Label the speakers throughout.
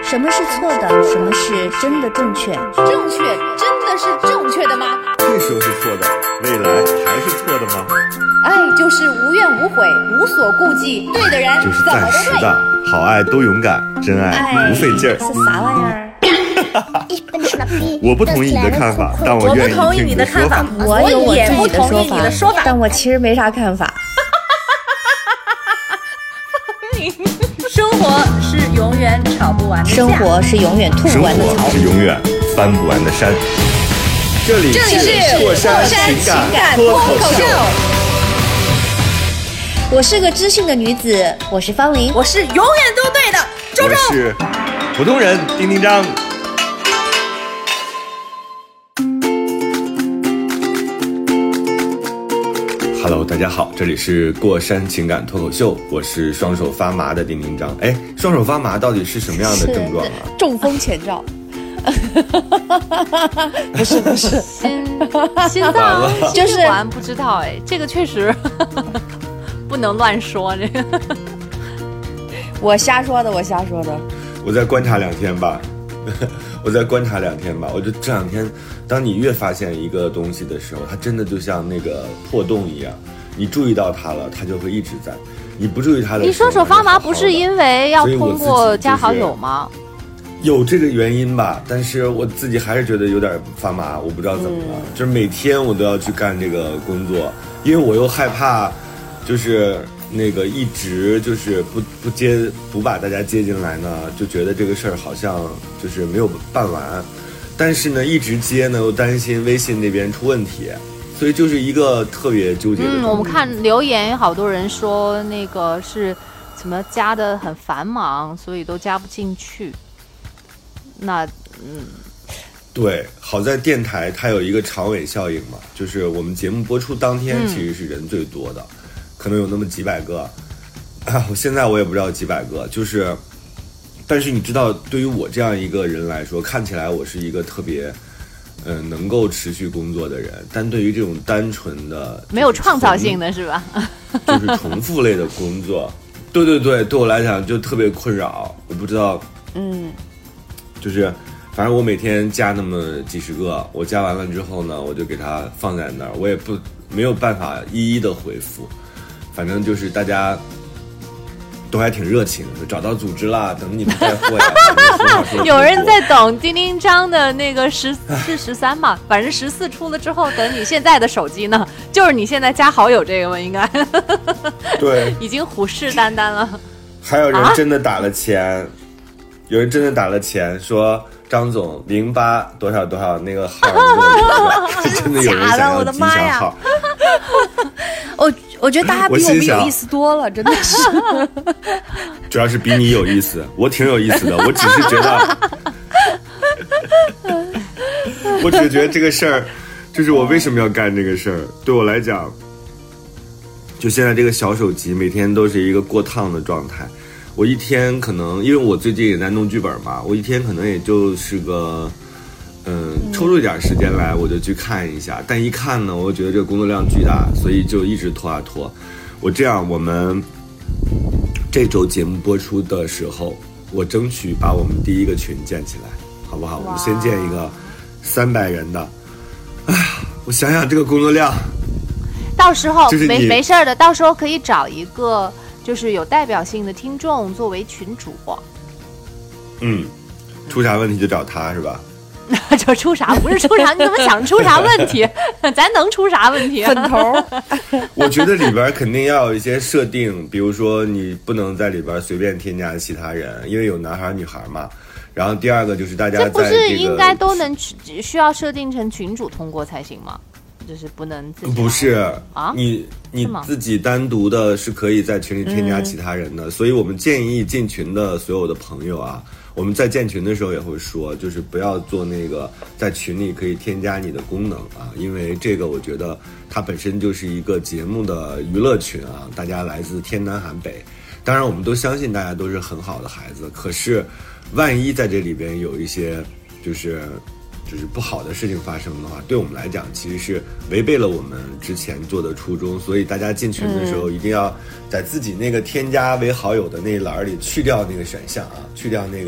Speaker 1: 什么是错的？什么是真的正确？
Speaker 2: 正确真的是正确的吗？
Speaker 3: 这时候是错的，未来还是错的吗？
Speaker 2: 爱就是无怨无悔，无所顾忌，对的人
Speaker 3: 就是暂时的，好爱都勇敢，真爱不费劲儿。
Speaker 1: 是啥玩意儿？
Speaker 3: 我不同意你的看法，但我愿意听你的说法。
Speaker 1: 我有我
Speaker 2: 也不
Speaker 1: 自己
Speaker 2: 同意你的说法，
Speaker 1: 但我其实没啥看法。
Speaker 2: 生活是永远吵不完的架，
Speaker 1: 生活是永远吐不完的槽，
Speaker 3: 生活是永远翻不完的山。这里是过山情感脱口秀。
Speaker 1: 我是个知性的女子，我是方琳，
Speaker 2: 我是永远都对的周周，
Speaker 3: 我是普通人丁丁张。Hello， 大家好，这里是过山情感脱口秀，我是双手发麻的丁丁张。哎，双手发麻到底是什么样的症状啊？
Speaker 1: 中风前兆。不是
Speaker 4: 心脏
Speaker 1: 就是
Speaker 4: 不知道哎，这个确实不能乱说这个。
Speaker 1: 我瞎说的。
Speaker 3: 我再观察2天吧。我就这2天，当你越发现一个东西的时候，它真的就像那个破洞一样，你注意到它了，它就会一直在；你不注意它的时候，
Speaker 4: 你双手发麻不是因为要通过加好友吗？
Speaker 3: 有这个原因吧，但是我自己还是觉得有点发麻，我不知道怎么了，就是每天我都要去干这个工作，因为我又害怕，就是那个一直就是不把大家接进来呢，就觉得这个事儿好像就是没有办完，但是呢一直接呢又担心微信那边出问题，所以就是一个特别纠结的。
Speaker 4: 我们看留言，好多人说那个是什么加的很繁忙，所以都加不进去。那
Speaker 3: 对，好在电台它有一个长尾效应嘛，就是我们节目播出当天其实是人最多的，可能有那么几百个，现在我也不知道几百个，就是，但是你知道，对于我这样一个人来说，看起来我是一个特别，能够持续工作的人，但对于这种单纯的
Speaker 4: 没有创造性的是吧？
Speaker 3: 就是重复类的工作，对，对我来讲就特别困扰，我不知道，就是反正我每天加那么几十个，我加完了之后呢，我就给它放在那儿，我也没有办法一一的回复，反正就是大家都还挺热情，找到组织啦，等你们带货呀。
Speaker 4: 有人在等丁丁张的那个14、13嘛，反正14出了之后，等你现在的手机呢，就是你现在加好友这个吧，应该。
Speaker 3: 对，
Speaker 4: 已经虎视眈眈了。
Speaker 3: 还有人真的打了钱，有人真的打了钱说。张总08多少多少那个号，真的有人想要吉祥号。
Speaker 1: 我觉得大家比我们有意思多了，真的是。
Speaker 3: 主要是比你有意思，我挺有意思的，我只是觉得，这个事儿，就是我为什么要干这个事儿？对我来讲，就现在这个小手机每天都是一个过烫的状态。我一天可能，因为我最近也在弄剧本嘛，我一天可能也就是个，抽出一点时间来，我就去看一下。但一看呢，我就觉得这个工作量巨大，所以就一直拖啊拖。我们这周节目播出的时候，我争取把我们第一个群建起来，好不好？我们先建一个300人的。哎呀，我想想这个工作量，
Speaker 4: 到时候
Speaker 3: 就是
Speaker 4: 没事的，到时候可以找一个。就是有代表性的听众作为群主，
Speaker 3: 出啥问题就找他是吧？
Speaker 4: 这出啥不是出啥？你怎么想出啥问题？咱能出啥问题？
Speaker 1: 粉头。
Speaker 3: 我觉得里边肯定要有一些设定，比如说你不能在里边随便添加其他人，因为有男孩女孩嘛。然后第二个就是大家在
Speaker 4: 这不是应该都能需要设定成群主通过才行吗？就是不能自己
Speaker 3: 不是
Speaker 4: 啊？
Speaker 3: 你自己单独的是可以在群里添加其他人的，所以我们建议进群的所有的朋友啊，我们在建群的时候也会说，就是不要做那个在群里可以添加你的功能啊，因为这个我觉得它本身就是一个节目的娱乐群啊，大家来自天南海北，当然我们都相信大家都是很好的孩子，可是万一在这里边有一些就是不好的事情发生的话，对我们来讲其实是违背了我们之前做的初衷，所以大家进群的时候一定要在自己那个添加为好友的那一栏里去掉那个选项啊，去掉那个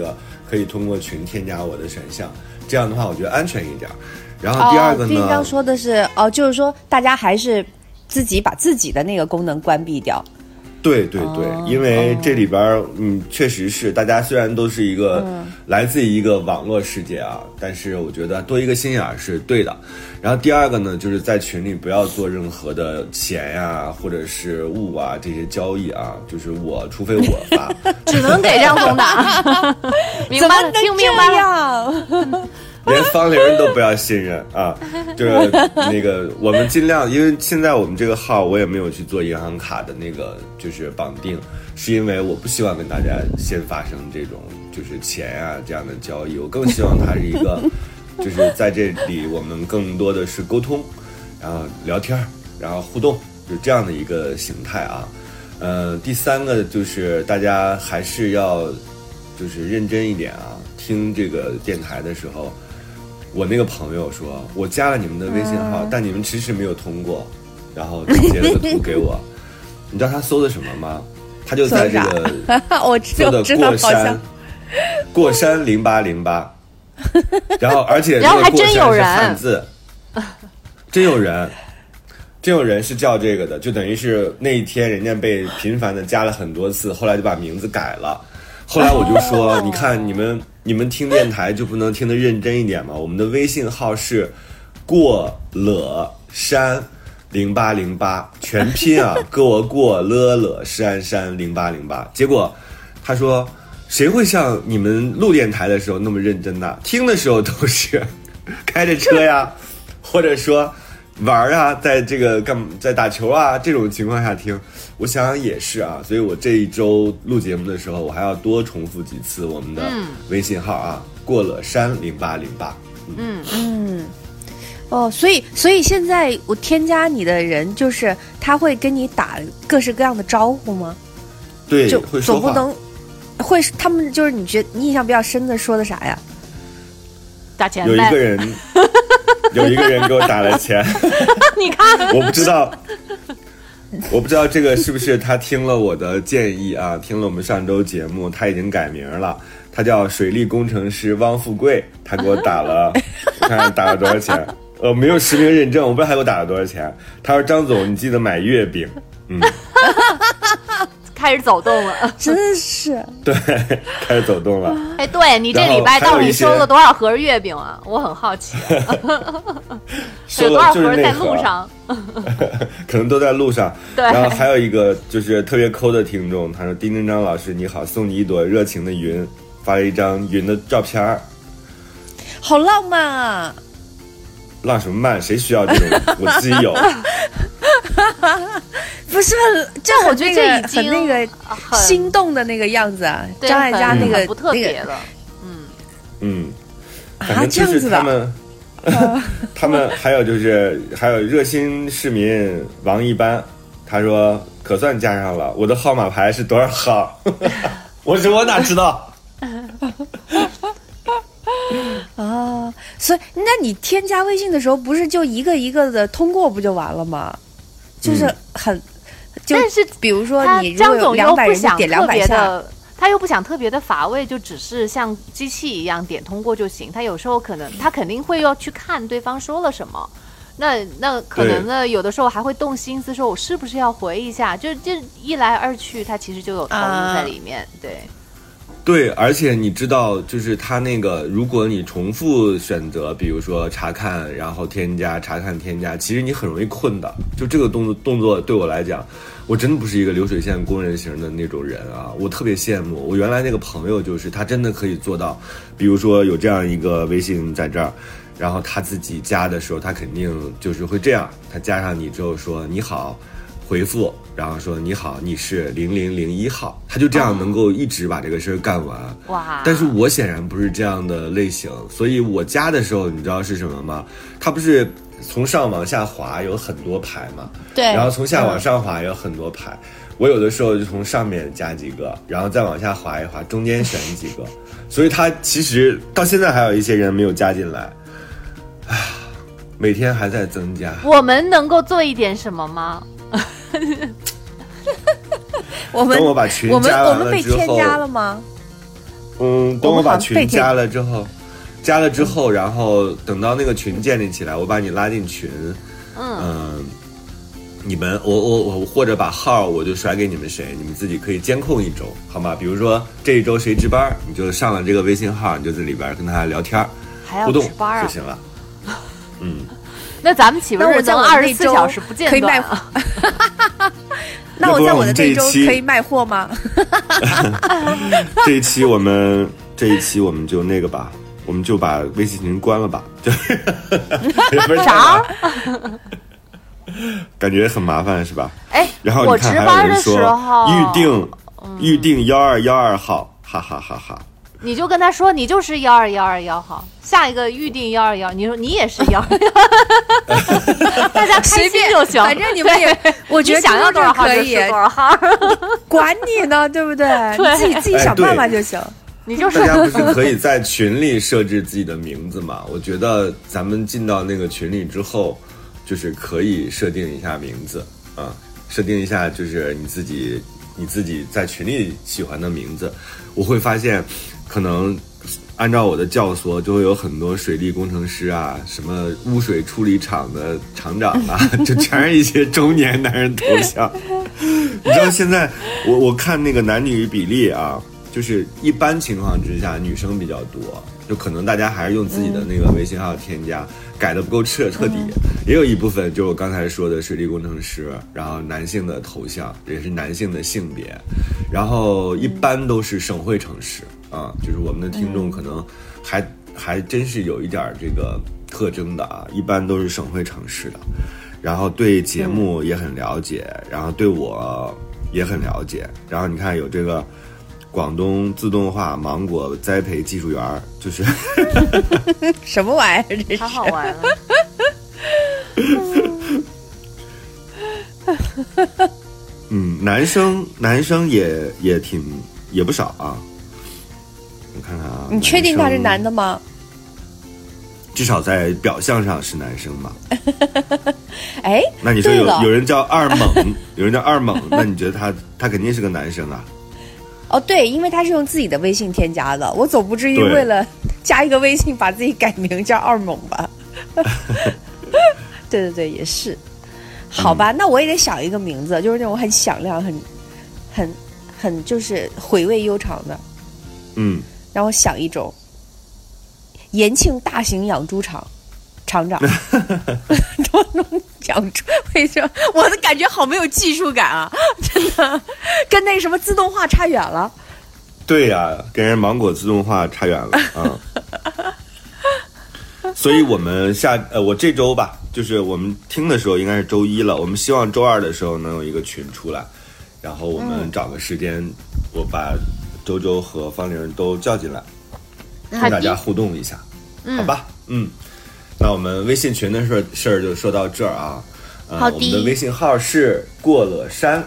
Speaker 3: 可以通过群添加我的选项，这样的话我觉得安全一点。然后第二个呢，
Speaker 1: 丁刚说的是就是说大家还是自己把自己的那个功能关闭掉。
Speaker 3: 对对对，因为这里边确实是大家虽然都是一个来自于一个网络世界啊，但是我觉得多一个心眼是对的。然后第二个呢，就是在群里不要做任何的钱呀或者是物啊这些交易啊，就是除非我发
Speaker 4: 只能给张总打明白了，听明白了。
Speaker 3: 连方玲都不要信任啊！就是那个，我们尽量，因为现在我们这个号我也没有去做银行卡的那个就是绑定，是因为我不希望跟大家先发生这种就是钱啊这样的交易，我更希望它是一个，就是在这里我们更多的是沟通，然后聊天，然后互动，就这样的一个形态啊。第三个就是大家还是要就是认真一点啊，听这个电台的时候。我那个朋友说，我加了你们的微信号，但你们迟迟没有通过，然后截了个图给我。你知道他搜的什么吗？他就在这个
Speaker 1: 我
Speaker 3: 搜的过山0808，然后而且
Speaker 4: 然后还真有人，
Speaker 3: 汉字，真有人是叫这个的，就等于是那一天人家被频繁的加了很多次，后来就把名字改了。后来我就说，你看你们听电台就不能听得认真一点吗？我们的微信号是过了山0808，全拼啊，过了山0808。结果他说，谁会像你们录电台的时候那么认真呢？听的时候都是开着车呀，或者说玩啊，在打球啊这种情况下听。我想想也是啊，所以我这一周录节目的时候，我还要多重复几次我们的微信号啊，过了山0808。
Speaker 1: 所以现在我添加你的人，就是他会跟你打各式各样的招呼吗？
Speaker 3: 对，
Speaker 1: 就
Speaker 3: 会说话。
Speaker 1: 总不能会他们就是你印象比较深的说的啥呀？
Speaker 4: 打钱呗。
Speaker 3: 有一个人给我打了钱，
Speaker 4: 你看，
Speaker 3: 我不知道这个是不是他听了我的建议啊，听了我们上周节目，他已经改名了，他叫水利工程师汪富贵，他给我打了，我看打了多少钱，没有实名认证，我不知道他给我打了多少钱。他说张总，你记得买月饼，
Speaker 4: 开始走动了，
Speaker 1: 真是
Speaker 3: 对，开始走动了。
Speaker 4: 哎，对你这礼拜到底收了多少盒月饼啊？我很好奇。有多少盒在路上？
Speaker 3: 可能都在路上。
Speaker 4: 对。
Speaker 3: 然后还有一个就是特别抠的听众，他说：“丁丁张老师你好，送你一朵热情的云，发了一张云的照片，
Speaker 1: 好浪漫啊！
Speaker 3: 浪什么漫？谁需要这种？我自己有。”
Speaker 1: 不是，这
Speaker 4: 我觉得这已经
Speaker 1: 很那个心动的那个样子啊，张艾嘉那个
Speaker 4: 不特别的，
Speaker 3: 反正就是他们还有热心市民王一般，他说可算加上了，我的号码牌是多少号？我说我哪知道。
Speaker 1: 所以那你添加微信的时候，不是就一个一个的通过不就完了吗？就是
Speaker 4: 但是
Speaker 1: 比如说你如
Speaker 4: 张总
Speaker 1: 果200人点200下，
Speaker 4: 他又不想特别的乏味，就只是像机器一样点通过就行。他有时候他肯定会要去看对方说了什么，那可能呢有的时候还会动心思，说我是不是要回一下？就一来二去，他其实就有投入在里面，
Speaker 3: 对，而且你知道，就是它那个，如果你重复选择，比如说查看，然后添加，查看添加，其实你很容易困的。就这个动作对我来讲，我真的不是一个流水线工人型的那种人啊，我特别羡慕。我原来那个朋友就是他真的可以做到，比如说有这样一个微信在这儿，然后他自己加的时候，他肯定就是会这样，他加上你之后说你好。回复，然后说你好，你是0001号，他就这样能够一直把这个事儿干完。
Speaker 4: 哇！
Speaker 3: 但是我显然不是这样的类型，所以我加的时候，你知道是什么吗？它不是从上往下滑有很多排嘛？
Speaker 1: 对。
Speaker 3: 然后从下往上滑有很多排，我有的时候就从上面加几个，然后再往下滑一滑，中间选几个，所以它其实到现在还有一些人没有加进来，每天还在增加。
Speaker 4: 我们能够做一点什么吗？
Speaker 1: 我们
Speaker 3: 等我把群加完了之后，
Speaker 1: 我们被添加了吗？
Speaker 3: 等我把群加了之后，然后等到那个群建立起来，我把你拉进群，你们我或者把号我就甩给你们谁，你们自己可以监控一周，好吗？比如说这一周谁值班，你就上了这个微信号，你就在里边跟他聊天，
Speaker 4: 还要
Speaker 3: 互动
Speaker 4: 值班
Speaker 3: 就行了。
Speaker 4: 那咱们岂不是能24小时不间断啊？
Speaker 1: 那我在我的那周可以卖货吗？
Speaker 3: 这一期我们就那个吧，我们就把微信群关了吧。
Speaker 4: 啥？
Speaker 3: 感觉很麻烦是吧？
Speaker 4: 哎，
Speaker 3: 然后你看还有人说预定1212号，哈哈哈哈。
Speaker 4: 你就跟他说你就是12121号，下一个预定121，你说你也是121，大家开心就行。
Speaker 1: 反正你们也，我觉得
Speaker 4: 想要多少号就
Speaker 1: 以
Speaker 4: 多少号，
Speaker 1: 管你呢，对不对？
Speaker 4: 对，
Speaker 1: 你自己想办法就行。
Speaker 4: 你就是
Speaker 3: 大家不是可以在群里设置自己的名字吗？我觉得咱们进到那个群里之后，就是可以设定一下名字啊，设定一下就是你自己在群里喜欢的名字。我会发现，可能按照我的教唆，就会有很多水利工程师啊，什么污水处理厂的厂长啊，就全是一些中年男人头像。你知道现在我看那个男女比例啊，就是一般情况之下女生比较多，就可能大家还是用自己的那个微信号添加，改的不够彻底。也有一部分就是我刚才说的水利工程师，然后男性的头像也是男性的性别，然后一般都是省会城市啊，就是我们的听众可能还真是有一点这个特征的啊，一般都是省会城市的，然后对节目也很了解，然后对我也很了解，然后你看有这个广东自动化芒果栽培技术员，就是
Speaker 1: 什么玩意儿？这是
Speaker 4: 太好玩了。
Speaker 3: 男生也不少啊。我看看啊，
Speaker 1: 你确定他是男的吗？
Speaker 3: 至少在表象上是男生嘛。
Speaker 1: 哎，
Speaker 3: 那你说有人叫二猛，有人叫二猛，那你觉得他肯定是个男生啊？
Speaker 1: 哦，对，因为他是用自己的微信添加的，我总不至于为了加一个微信把自己改名叫二猛吧？对对对，也是。好吧，那我也得想一个名字，就是那种很响亮、很就是回味悠长的。让我想一种。延庆大型养猪场厂长，养猪，为什么我的感觉好没有技术感啊？真的，跟那什么自动化差远了。
Speaker 3: 对呀，跟人芒果自动化差远了啊。所以我们我这周吧，就是我们听的时候应该是周一了，我们希望周二的时候能有一个群出来，然后我们找个时间，我把周周和方玲都叫进来。跟大家互动一下，好吧？那我们微信群的事儿就说到这儿啊。
Speaker 4: 好的。
Speaker 3: 我们的微信号是过乐山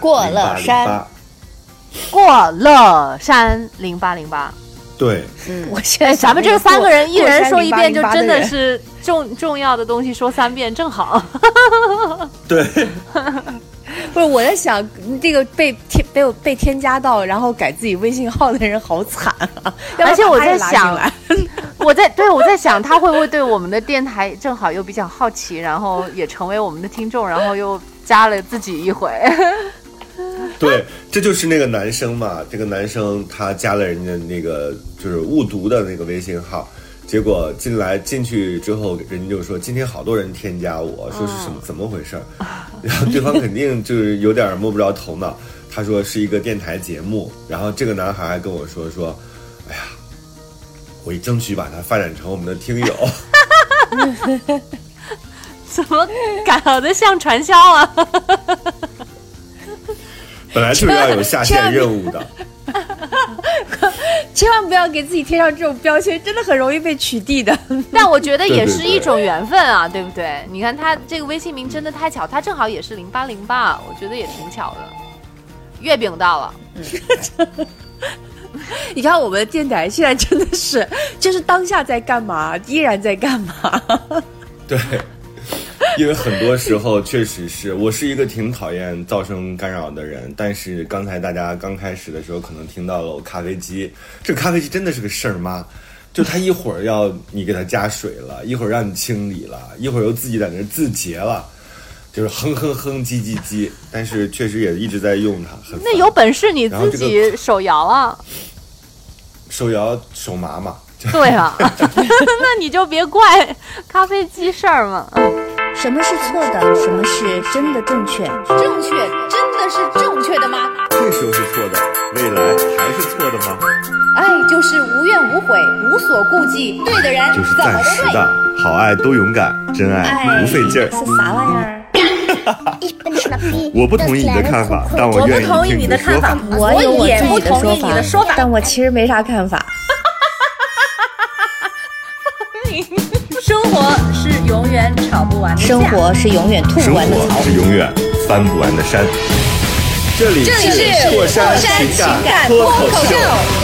Speaker 4: 0808。
Speaker 3: 对，
Speaker 1: 我现在
Speaker 4: 咱们这3个人一人说一遍，就真的是重要的东西说3遍，正好。
Speaker 3: 对。
Speaker 1: 不是，我在想，这个被添加到，然后改自己微信号的人好惨啊！
Speaker 4: 而且我在想，我在想，他会不会对我们的电台正好又比较好奇，然后也成为我们的听众，然后又加了自己一回。
Speaker 3: 对，这就是那个男生嘛，这个男生他加了人家那个就是误读的那个微信号。结果进去之后，人家就说今天好多人添加我，说是怎么回事？然后对方肯定就是有点摸不着头脑。他说是一个电台节目，然后这个男孩还跟我说，哎呀，我争取把他发展成我们的听友。
Speaker 4: 怎么搞得像传销啊？
Speaker 3: 本来就是要有下线任务的。
Speaker 1: 千万不要给自己贴上这种标签，真的很容易被取缔的。
Speaker 4: 但我觉得也是一种缘分啊， 对不对？你看他这个微信名真的太巧，他正好也是0808，我觉得也挺巧的。月饼到了。
Speaker 1: 你看我们的电台现在真的是，就是当下在干嘛，依然在干嘛。
Speaker 3: 对。 因为很多时候确实是我是一个挺讨厌噪声干扰的人，但是刚才大家刚开始的时候可能听到了我咖啡机，这个咖啡机真的是个事儿吗？就它一会儿要你给它加水了，一会儿让你清理了，一会儿又自己在那自洁了，就是哼哼哼叽叽叽，但是确实也一直在用它，很烦。
Speaker 4: 那有本事你自己手摇啊，
Speaker 3: 手摇手麻嘛。
Speaker 4: 对啊，那你就别怪咖啡机事儿嘛。
Speaker 1: 什么是错的？什么是真的正确？
Speaker 2: 正确真的是正确的吗？
Speaker 3: 这时候是错的，未来还是错的吗？
Speaker 2: 爱就是无怨无悔，无所顾忌，对的人
Speaker 3: 就是
Speaker 2: 怎么
Speaker 3: 暂时
Speaker 2: 都对。
Speaker 3: 的，好爱都勇敢，真爱不费劲儿。
Speaker 1: 是啥玩意儿？
Speaker 3: 我不同意你的看法，但我愿意听你的说法。
Speaker 1: 我有我
Speaker 2: 也不
Speaker 1: 自己
Speaker 2: 同意你的说法，
Speaker 1: 但我其实没啥看法。
Speaker 2: 生活是永远吵不完的架，
Speaker 1: 生活是永远吐
Speaker 3: 生
Speaker 1: 不完的槽
Speaker 3: 活。是永远翻不完的山。这里是过山情感脱口秀。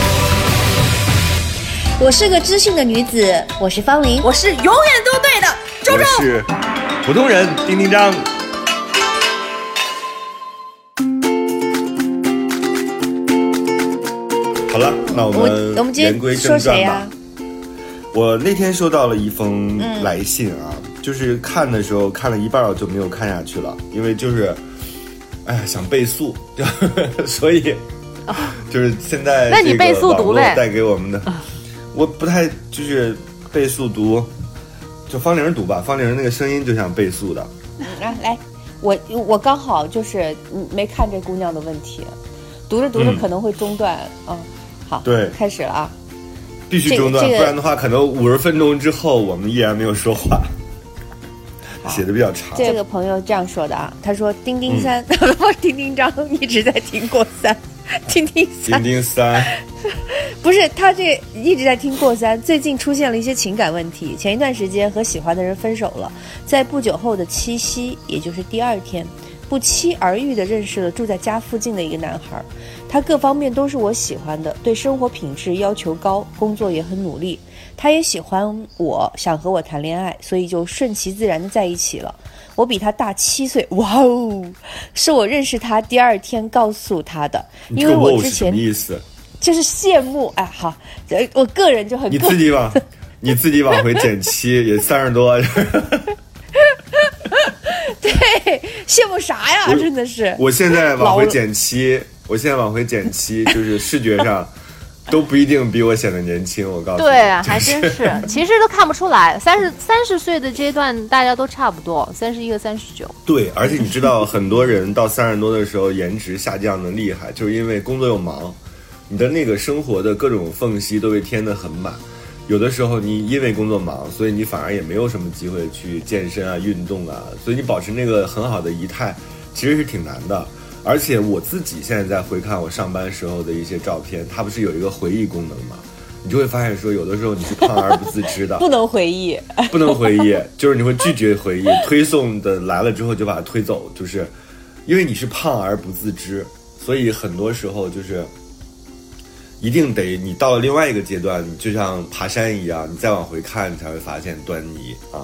Speaker 1: 我是个知性的女子，我是方玲，
Speaker 2: 我是永远都对的周周。
Speaker 3: 我是普通人丁丁张。好了，那我们
Speaker 1: 今天
Speaker 3: 言归
Speaker 1: 说
Speaker 3: 正传吧。
Speaker 1: 谁呀？
Speaker 3: 我那天收到了一封来信啊，就是看的时候看了一半就没有看下去了，因为就是，哎呀想背诵，所以就是现在
Speaker 4: 那你背速读呗，
Speaker 3: 带给我们的，我不太就是背速读，就方玲读吧，方玲那个声音就像背速的。
Speaker 1: 来，我刚好就是没看这姑娘的问题，读着读着可能会中断，好，
Speaker 3: 对，
Speaker 1: 开始了啊。
Speaker 3: 必须中断，不然的话，可能50分钟之后我们依然没有说话。写的比较长。
Speaker 1: 这个朋友这样说的啊，他说：“丁丁三，不是丁丁张，一直在听过三，丁丁三，
Speaker 3: 丁丁三，
Speaker 1: 不是他这一直在听过三。最近出现了一些情感问题，前一段时间和喜欢的人分手了，在不久后的七夕，也就是第2天。”不期而遇的认识了住在家附近的一个男孩，他各方面都是我喜欢的，对生活品质要求高，工作也很努力。他也喜欢我，想和我谈恋爱，所以就顺其自然的在一起了。我比他大7岁，哇哦！是我认识他第2天告诉他的，因为我之前
Speaker 3: 是什么意思？
Speaker 1: 就是羡慕。哎，好，我个人就很
Speaker 3: 你自己往回减7，也30多。
Speaker 1: 对，羡慕啥呀？真的是。
Speaker 3: 我现在往回减7，就是视觉上都不一定比我显得年轻。我告诉你，
Speaker 4: 对，还真是，其实都看不出来。30岁的阶段大家都差不多，31和39。
Speaker 3: 对，而且你知道，很多人到30多的时候颜值下降的厉害，就是因为工作又忙，你的那个生活的各种缝隙都被填得很满。有的时候你因为工作忙，所以你反而也没有什么机会去健身啊、运动啊，所以你保持那个很好的仪态其实是挺难的。而且我自己现在在回看我上班时候的一些照片，它不是有一个回忆功能吗？你就会发现说，有的时候你是胖而不自知的，
Speaker 1: 不能回忆，
Speaker 3: 就是你会拒绝回忆，推送的来了之后就把它推走，就是因为你是胖而不自知，所以很多时候就是一定得你到了另外一个阶段，你就像爬山一样，你再往回看，你才会发现端倪啊。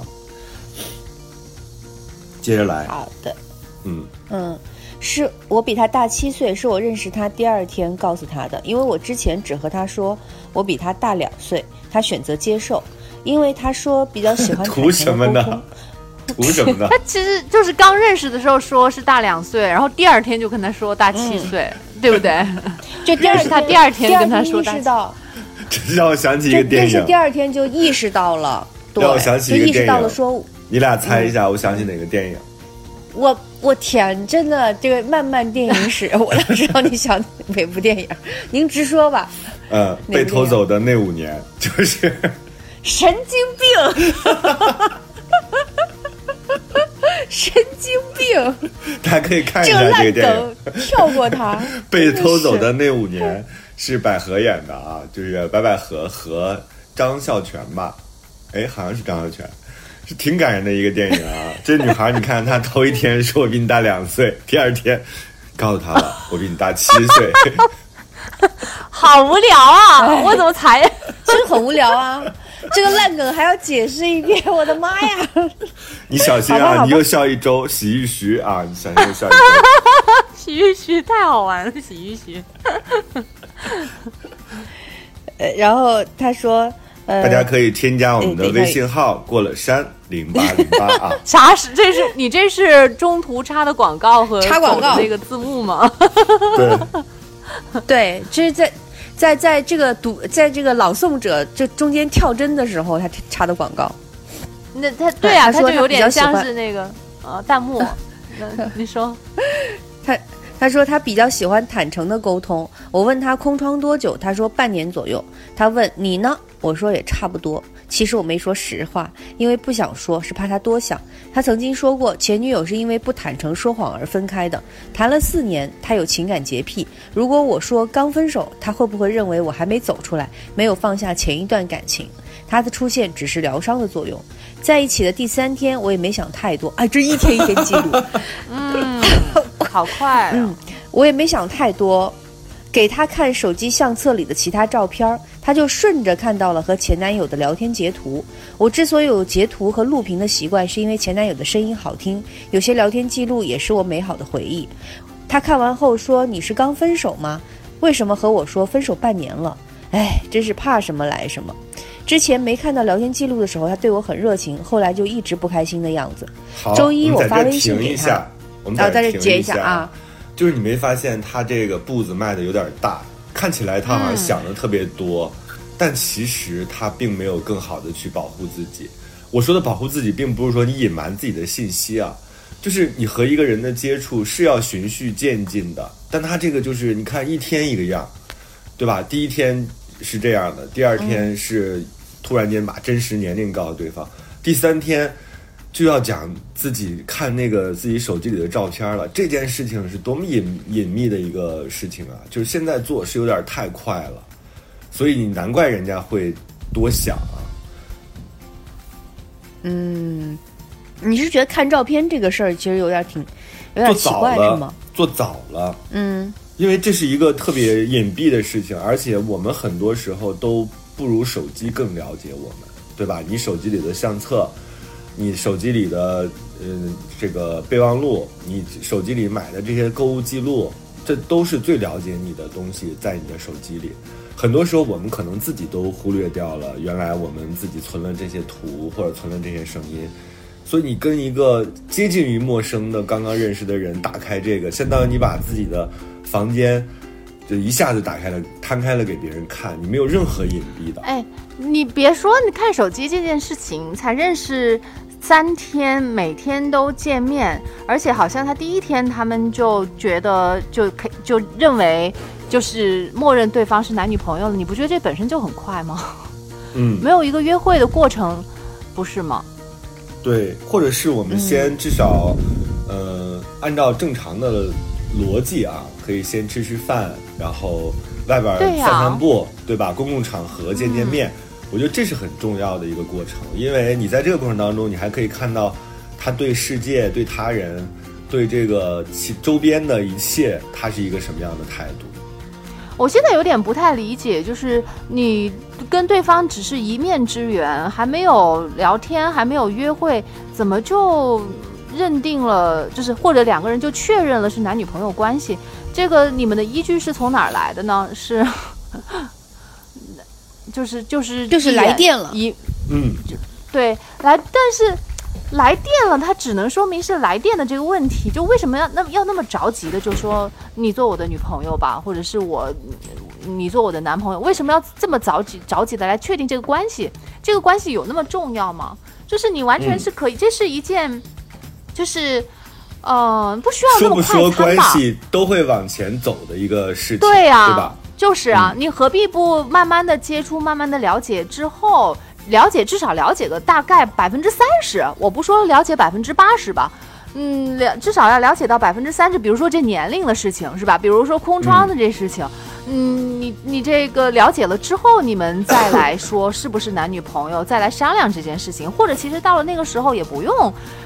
Speaker 3: 接着来，
Speaker 1: 好的，是我比他大7岁，是我认识他第2天告诉他的，因为我之前只和他说我比他大2岁，他选择接受，因为他说比较喜欢
Speaker 3: 图什么呢？图什么呢？
Speaker 4: 他其实就是刚认识的时候说是大2岁，然后第2天就跟他说大7岁，对不对？
Speaker 1: 就
Speaker 4: 第2天跟他说大7。
Speaker 3: 这让我想起一个电影。
Speaker 1: 这是第2天就意识到了，对，
Speaker 3: 让我想起一个电影，
Speaker 1: 就意识到了说，
Speaker 3: 你俩猜一下，我想起哪个电影？
Speaker 1: 我天，真的这个漫漫电影史，我哪知道你想哪部电影？您直说吧。
Speaker 3: 被偷走的那5年，就是
Speaker 1: 神经病，神经病，
Speaker 3: 大家可以看一下这个电影，
Speaker 1: 跳过它。
Speaker 3: 被偷走的那5年是百合演的啊，就是白百合和张孝全吧？哎，好像是张孝全。是挺感人的一个电影啊！这女孩，你看她头1天说我比你大2岁，第2天告诉她了我比你大7岁，
Speaker 4: 好无聊啊！我怎么才
Speaker 1: 真很无聊啊！这个烂梗还要解释一遍，我的妈呀！
Speaker 3: 你小心啊！你又笑一周，洗浴徐啊！你小心又笑一周。
Speaker 4: 洗浴徐太好玩了，洗浴徐。
Speaker 1: 然后他说，
Speaker 3: 大家可以添加我们的微信号“过了山0808”啊。
Speaker 4: 啥是？这是中途插的广告和
Speaker 1: 插广告
Speaker 4: 那个字幕吗？
Speaker 3: 对，
Speaker 1: 对，这是在这个朗诵者这中间跳针的时候，他插的广告。
Speaker 4: 那对啊，他就有点像
Speaker 1: 是
Speaker 4: 那个弹幕。你说，
Speaker 1: 他说他比较喜欢坦诚的沟通。我问他空窗多久，他说半年左右。他问你呢，我说也差不多。其实我没说实话，因为不想说，是怕他多想。他曾经说过，前女友是因为不坦诚说谎而分开的。谈了4年，他有情感洁癖。如果我说刚分手，他会不会认为我还没走出来，没有放下前一段感情？他的出现只是疗伤的作用。在一起的第3天，我也没想太多。哎，这一天一天记录，
Speaker 4: 好快啊！
Speaker 1: 我也没想太多。给他看手机相册里的其他照片，他就顺着看到了和前男友的聊天截图。我之所以有截图和录屏的习惯，是因为前男友的声音好听，有些聊天记录也是我美好的回忆。他看完后说：“你是刚分手吗？为什么和我说分手半年了？”哎，真是怕什么来什么。之前没看到聊天记录的时候，他对我很热情，后来就一直不开心的样子。周一我发微信给他，
Speaker 3: 我们在这
Speaker 1: 截一下啊。
Speaker 3: 就是你没发现他这个步子迈的有点大，看起来他好像想的特别多，但其实他并没有更好的去保护自己。我说的保护自己，并不是说你隐瞒自己的信息啊，就是你和一个人的接触是要循序渐进的。但他这个就是你看一天一个样，对吧？第一天是这样的，第二天是突然间把真实年龄告诉对方，第3天就要讲自己看那个自己手机里的照片了。这件事情是多么隐秘的一个事情啊！就是现在做是有点太快了，所以你难怪人家会多想啊。
Speaker 1: 你是觉得看照片这个事儿其实有点奇怪是吗？
Speaker 3: 做早了，因为这是一个特别隐蔽的事情，而且我们很多时候都不如手机更了解我们，对吧？你手机里的相册，你手机里的这个备忘录，你手机里买的这些购物记录，这都是最了解你的东西在你的手机里。很多时候我们可能自己都忽略掉了，原来我们自己存了这些图或者存了这些声音。所以你跟一个接近于陌生的刚刚认识的人打开这个，相当于你把自己的房间就一下子打开了，摊开了给别人看，你没有任何隐蔽的。
Speaker 4: 哎，你别说，你看手机这件事情，才认识3天，每天都见面，而且好像他第1天他们就觉得就认为就是默认对方是男女朋友了，你不觉得这本身就很快吗？没有一个约会的过程，不是吗？
Speaker 3: 对，或者是我们先至少按照正常的逻辑啊，可以先吃饭，然后外边散步，对吧？公共场合见面，我觉得这是很重要的一个过程，因为你在这个过程当中，你还可以看到他对世界、对他人、对这个其周边的一切，他是一个什么样的态度。
Speaker 4: 我现在有点不太理解，就是你跟对方只是一面之缘，还没有聊天，还没有约会，怎么就认定了，就是或者2个人就确认了是男女朋友关系？这个你们的依据是从哪儿来的呢？是就是
Speaker 1: 来电了，
Speaker 4: 对，但是来电了，它只能说明是来电的这个问题。就为什么要那么着急的就说你做我的女朋友吧，或者是你做我的男朋友？为什么要这么着急的来确定这个关系？这个关系有那么重要吗？就是你完全是可以，这是一件就是不需要那么快餐吧？
Speaker 3: 说不说关系都会往前走的一个事情，
Speaker 4: 对啊，
Speaker 3: 对吧？
Speaker 4: 就是啊，你何必不慢慢的接触，慢慢的了解之后，至少了解个大概30%，我不说了解80%吧，至少要了解到30%。比如说这年龄的事情是吧？比如说空窗的这事情，你这个了解了之后，你们再来说是不是男女朋友，再来商量这件事情，或者其实到了那个时候也不用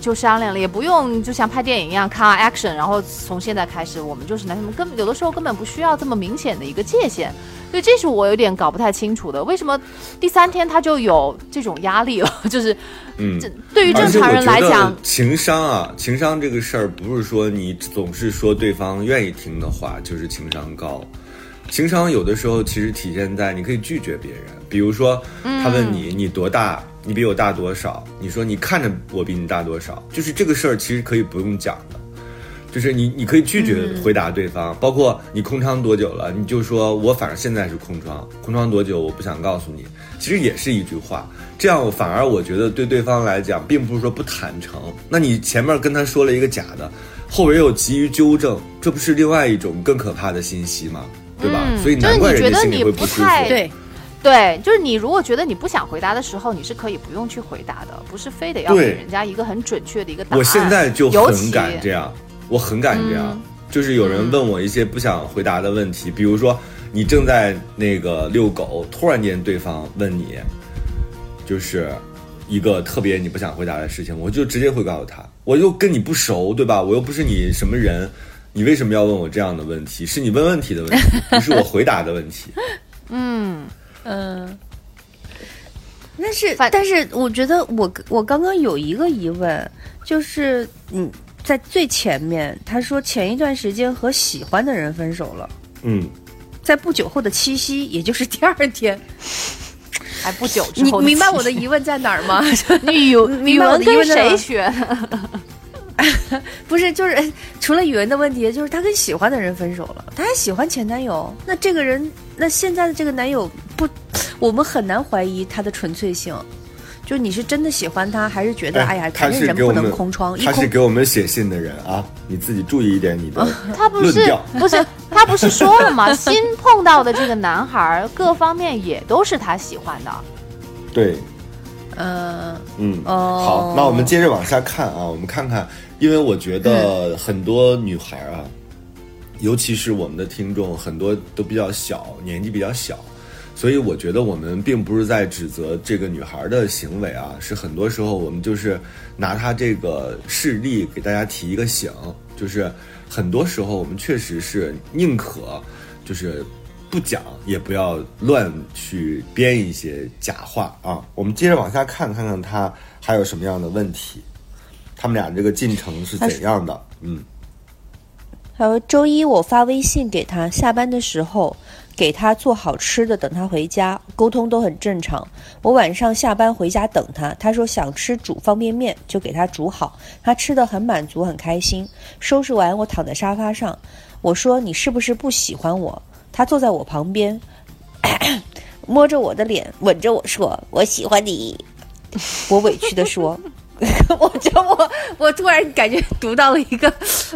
Speaker 4: 就商量了，也不用就像拍电影一样看 action， 然后从现在开始我们就是男生，根本有的时候根本不需要这么明显的一个界限。所以这是我有点搞不太清楚的，为什么第3天他就有这种压力了？就是对于正常人来讲，
Speaker 3: 情商这个事儿不是说你总是说对方愿意听的话就是情商高。情商有的时候其实体现在你可以拒绝别人，比如说他问你多大，你比我大多少，你说你看着我比你大多少，就是这个事儿其实可以不用讲的，就是你可以拒绝回答对方，包括你空窗多久了，你就说我反正现在是空窗多久我不想告诉你，其实也是一句话，这样反而我觉得对对方来讲并不是说不坦诚，那你前面跟他说了一个假的，后边又急于纠正，这不是另外一种更可怕的信息吗？对吧？所以难怪人家心里会不舒服。
Speaker 4: 对，就是你如果觉得你不想回答的时候，你是可以不用去回答的，不是非得要给人家一个很准确的一个答案。
Speaker 3: 我现在就很敢这样，就是有人问我一些不想回答的问题，比如说你正在那个遛狗，突然间对方问你，就是一个特别你不想回答的事情，我就直接会告诉他，我又跟你不熟，对吧？我又不是你什么人。你为什么要问我这样的问题？是你问问题的问题，不是我回答的问题。
Speaker 1: 但是我觉得我刚刚有一个疑问，就是在最前面他说前一段时间和喜欢的人分手了，在不久后的七夕，也就是第2天，
Speaker 4: 还不久之后，
Speaker 1: 你明白我的疑问在哪儿吗？
Speaker 4: 你语文跟谁学？
Speaker 1: 不是，就是除了语文的问题，就是他跟喜欢的人分手了，他还喜欢前男友，那这个人，那现在的这个男友不，我们很难怀疑他的纯粹性，就你是真的喜欢他，还是觉得哎呀，反正人不能空窗。
Speaker 3: 他是给我们写信的人啊，你自己注意一点你的
Speaker 4: 他不是说了吗？新碰到的这个男孩各方面也都是他喜欢的。
Speaker 3: 对。好，那我们接着往下看啊，我们看看，因为我觉得很多女孩啊，尤其是我们的听众，很多都比较小，年纪比较小，所以我觉得我们并不是在指责这个女孩的行为啊，是很多时候我们就是拿她这个事例给大家提一个醒，就是很多时候我们确实是宁可就是不讲，也不要乱去编一些假话啊！我们接着往下看看他还有什么样的问题，他们俩这个进程是怎样的？
Speaker 1: 还有周一我发微信给他，下班的时候给他做好吃的，等他回家，沟通都很正常。我晚上下班回家等他，他说想吃煮方便面，就给他煮好，他吃得很满足很开心。收拾完我躺在沙发上，我说你是不是不喜欢我？他坐在我旁边，摸着我的脸，吻着我说：“我喜欢你。”我委屈地说：“我突然感觉读到了一个，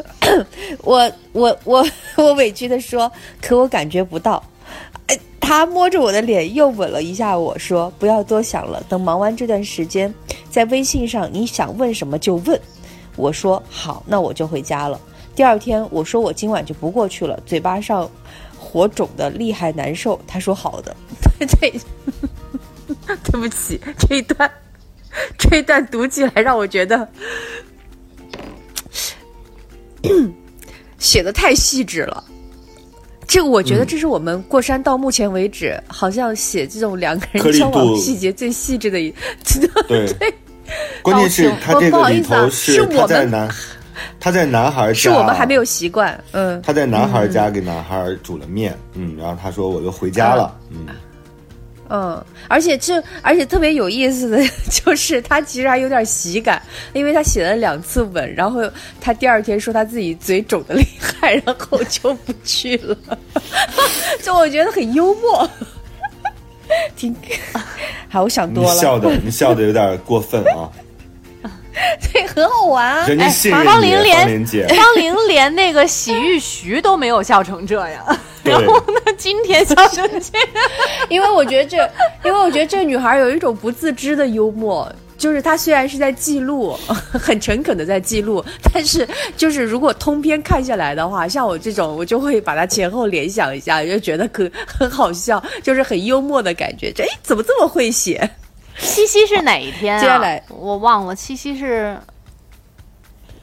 Speaker 1: 我委屈地说，可我感觉不到。”他摸着我的脸，又吻了一下我说：“不要多想了，等忙完这段时间，在微信上你想问什么就问。”我说：“好，那我就回家了。”第2天，我说我今晚就不过去了，嘴巴上火肿的厉害难受。他说好的。对不起，这一段读起来让我觉得写的太细致了。这个我觉得这是我们过山到目前为止好像写这种2个人交往细节最细致的一
Speaker 3: 对。关键是他这个里头是他在男孩家，
Speaker 1: 是我们还没有习惯。
Speaker 3: 他在男孩家给男孩煮了面，然后他说我就回家了，
Speaker 1: 而且特别有意思的就是他其实还有点喜感，因为他写了2次吻，然后他第2天说他自己嘴肿的厉害，然后就不去了，就我觉得很幽默。好，我想多了。
Speaker 3: 你笑的有点过分啊。
Speaker 1: 对，很好玩啊！
Speaker 3: 人家信任
Speaker 4: 方玲连那个洗浴徐都没有笑成这样，然后呢，今天笑成这样，
Speaker 1: 因为我觉得这个女孩有一种不自知的幽默，就是她虽然是在记录，很诚恳的在记录，但是就是如果通篇看下来的话，像我这种，我就会把它前后联想一下，就觉得很好笑，就是很幽默的感觉。怎么这么会写？
Speaker 4: 七夕是哪一天啊？
Speaker 1: 接下来
Speaker 4: 我忘了，七夕是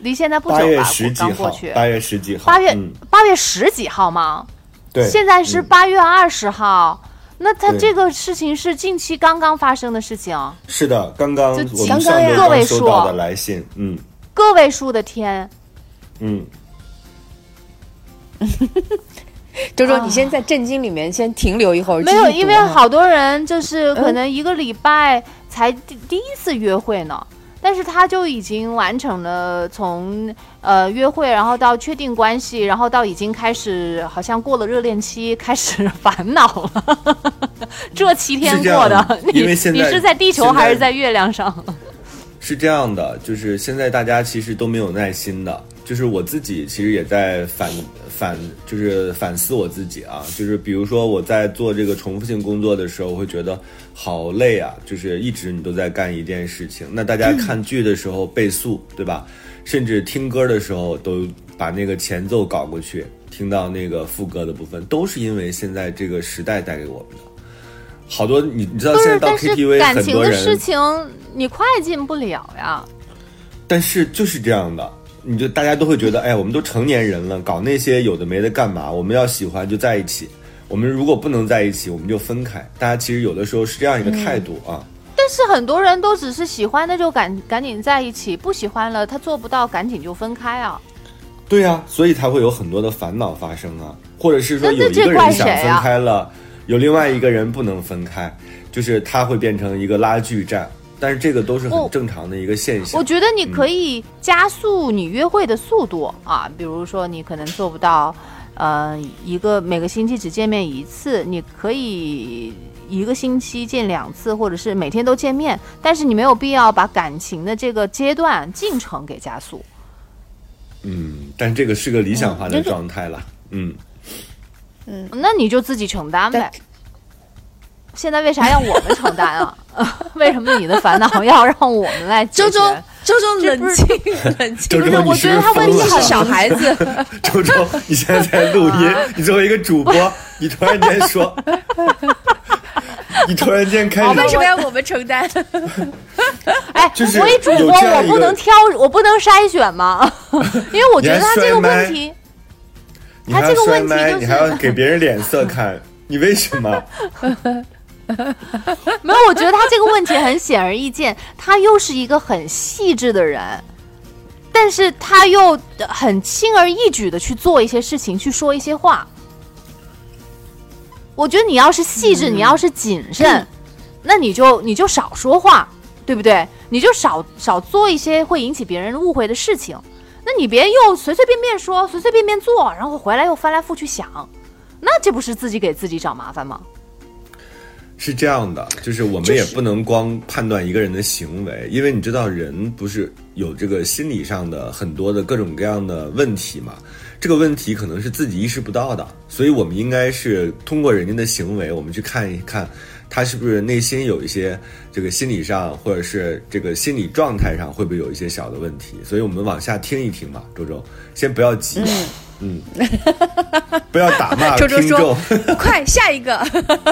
Speaker 4: 离现在不久吧？
Speaker 3: 8月10几号，
Speaker 4: 刚过去。
Speaker 3: 8月10几号。
Speaker 4: 8月10几号吗？
Speaker 3: 对。
Speaker 4: 现在是8月20号。那他这个事情是近期刚刚发生的事情。
Speaker 3: 是的，刚刚我们上周
Speaker 4: 个位数
Speaker 3: 收到的来信，
Speaker 4: 个位数的天。
Speaker 1: 周周，你先在震惊里面先停留一会儿。
Speaker 4: 没有，因为好多人就是可能1个礼拜才第一次约会呢。但是他就已经完成了从约会，然后到确定关系，然后到已经开始好像过了热恋期，开始烦恼了。这7天过的，
Speaker 3: 因为现在
Speaker 4: 你是在地球还是在月亮上？
Speaker 3: 是这样的，就是现在大家其实都没有耐心的，就是我自己其实也在反思我自己啊，就是比如说我在做这个重复性工作的时候，我会觉得好累啊，就是一直你都在干一件事情。那大家看剧的时候倍速，对吧？甚至听歌的时候都把那个前奏搞过去，听到那个副歌的部分，都是因为现在这个时代带给我们的。好多你知道现在到 KTV 很多人，
Speaker 4: 感情的事情你快进不了呀。
Speaker 3: 但是就是这样的，大家都会觉得，哎，我们都成年人了，搞那些有的没的干嘛？我们要喜欢就在一起，我们如果不能在一起，我们就分开。大家其实有的时候是这样一个态度啊。
Speaker 4: 但是很多人都只是喜欢的就赶紧在一起，不喜欢了他做不到，赶紧就分开啊。
Speaker 3: 对啊，所以才会有很多的烦恼发生啊，或者是说有一个人想分开了，有另外一个人不能分开，就是他会变成一个拉锯战。但是这个都是很正常的一个现象。
Speaker 4: 我觉得你可以加速你约会的速度啊，比如说你可能做不到，每个星期只见面1次，你可以1个星期见2次，或者是每天都见面，但是你没有必要把感情的这个阶段进程给加速。
Speaker 3: 但这个是个理想化的状态了。
Speaker 4: 那你就自己承担呗。现在为啥要我们承担啊？为什么你的烦恼要让我们来解决？
Speaker 1: 周周冷静冷静。
Speaker 3: 周周，
Speaker 4: 我觉得他问题
Speaker 1: 是小孩子。
Speaker 3: 周周，你现在在录音，你作为一个主播，你突然间说，你突然间开始，
Speaker 1: 为什么要我们承担？
Speaker 4: 哎，
Speaker 3: 就是
Speaker 4: 我一主播，我不能挑，我不能筛选吗？因为我觉得他这个问题，
Speaker 3: 他这个问题就是你还要给别人脸色看，你为什么？
Speaker 4: 没有，我觉得他这个问题很显而易见，他又是一个很细致的人，但是他又很轻而易举的去做一些事情，去说一些话。我觉得你要是细致，你要是谨慎，那你就少说话，对不对？你就少做一些会引起别人误会的事情。那你别又随随便便说，随随便便做，然后回来又翻来覆去想，那这不是自己给自己找麻烦吗？
Speaker 3: 是这样的，就是我们也不能光判断一个人的行为，因为你知道人不是有这个心理上的很多的各种各样的问题嘛，这个问题可能是自己意识不到的，所以我们应该是通过人家的行为，我们去看一看他是不是内心有一些这个心理上或者是这个心理状态上会不会有一些小的问题，所以我们往下听一听吧。周周先不要急，不要打骂
Speaker 1: 周周
Speaker 3: 听众，
Speaker 1: 快下一个。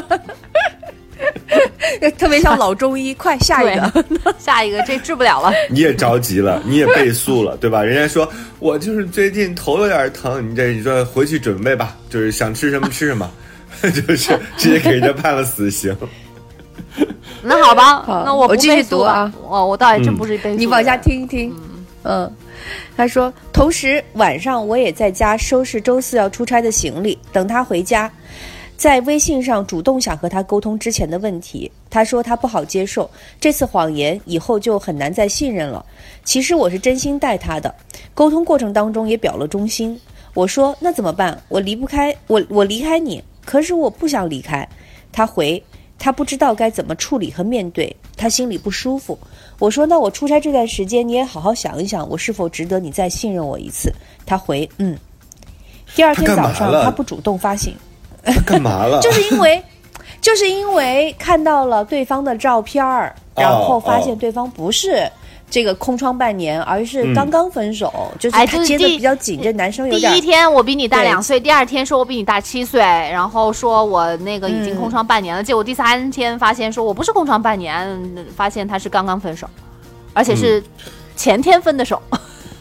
Speaker 1: 特别像老中医，快下一个，
Speaker 4: 下一个，这治不了了。
Speaker 3: 你也着急了，你也倍速了，对吧？人家说我就是最近头有点疼，你说回去准备吧，就是想吃什么吃什么，就是直接给人家判了死刑。
Speaker 4: 那好吧，那我
Speaker 1: 继续读啊。
Speaker 4: 我倒也真不是倍速。
Speaker 1: 你往下听一听。他说，同时晚上我也在家收拾周4要出差的行李，等他回家。在微信上主动想和他沟通之前的问题，他说他不好接受这次谎言，以后就很难再信任了。其实我是真心待他的，沟通过程当中也表了忠心。我说那怎么办？我离开你，可是我不想离开。他回他不知道该怎么处理和面对，他心里不舒服。我说那我出差这段时间你也好好想一想，我是否值得你再信任我一次。他回第二天早上他不主动发信。
Speaker 3: 他干嘛了？
Speaker 1: 就是因为看到了对方的照片，然后发现对方不是这个空窗半年，而是刚刚分手，就是他接的比较紧，这男生有点。
Speaker 4: 第一天我比你大2岁，第2天说我比你大7岁，然后说我那个已经空窗半年了，结果第3天发现说我不是空窗半年，发现他是刚刚分手，而且是前天分的手。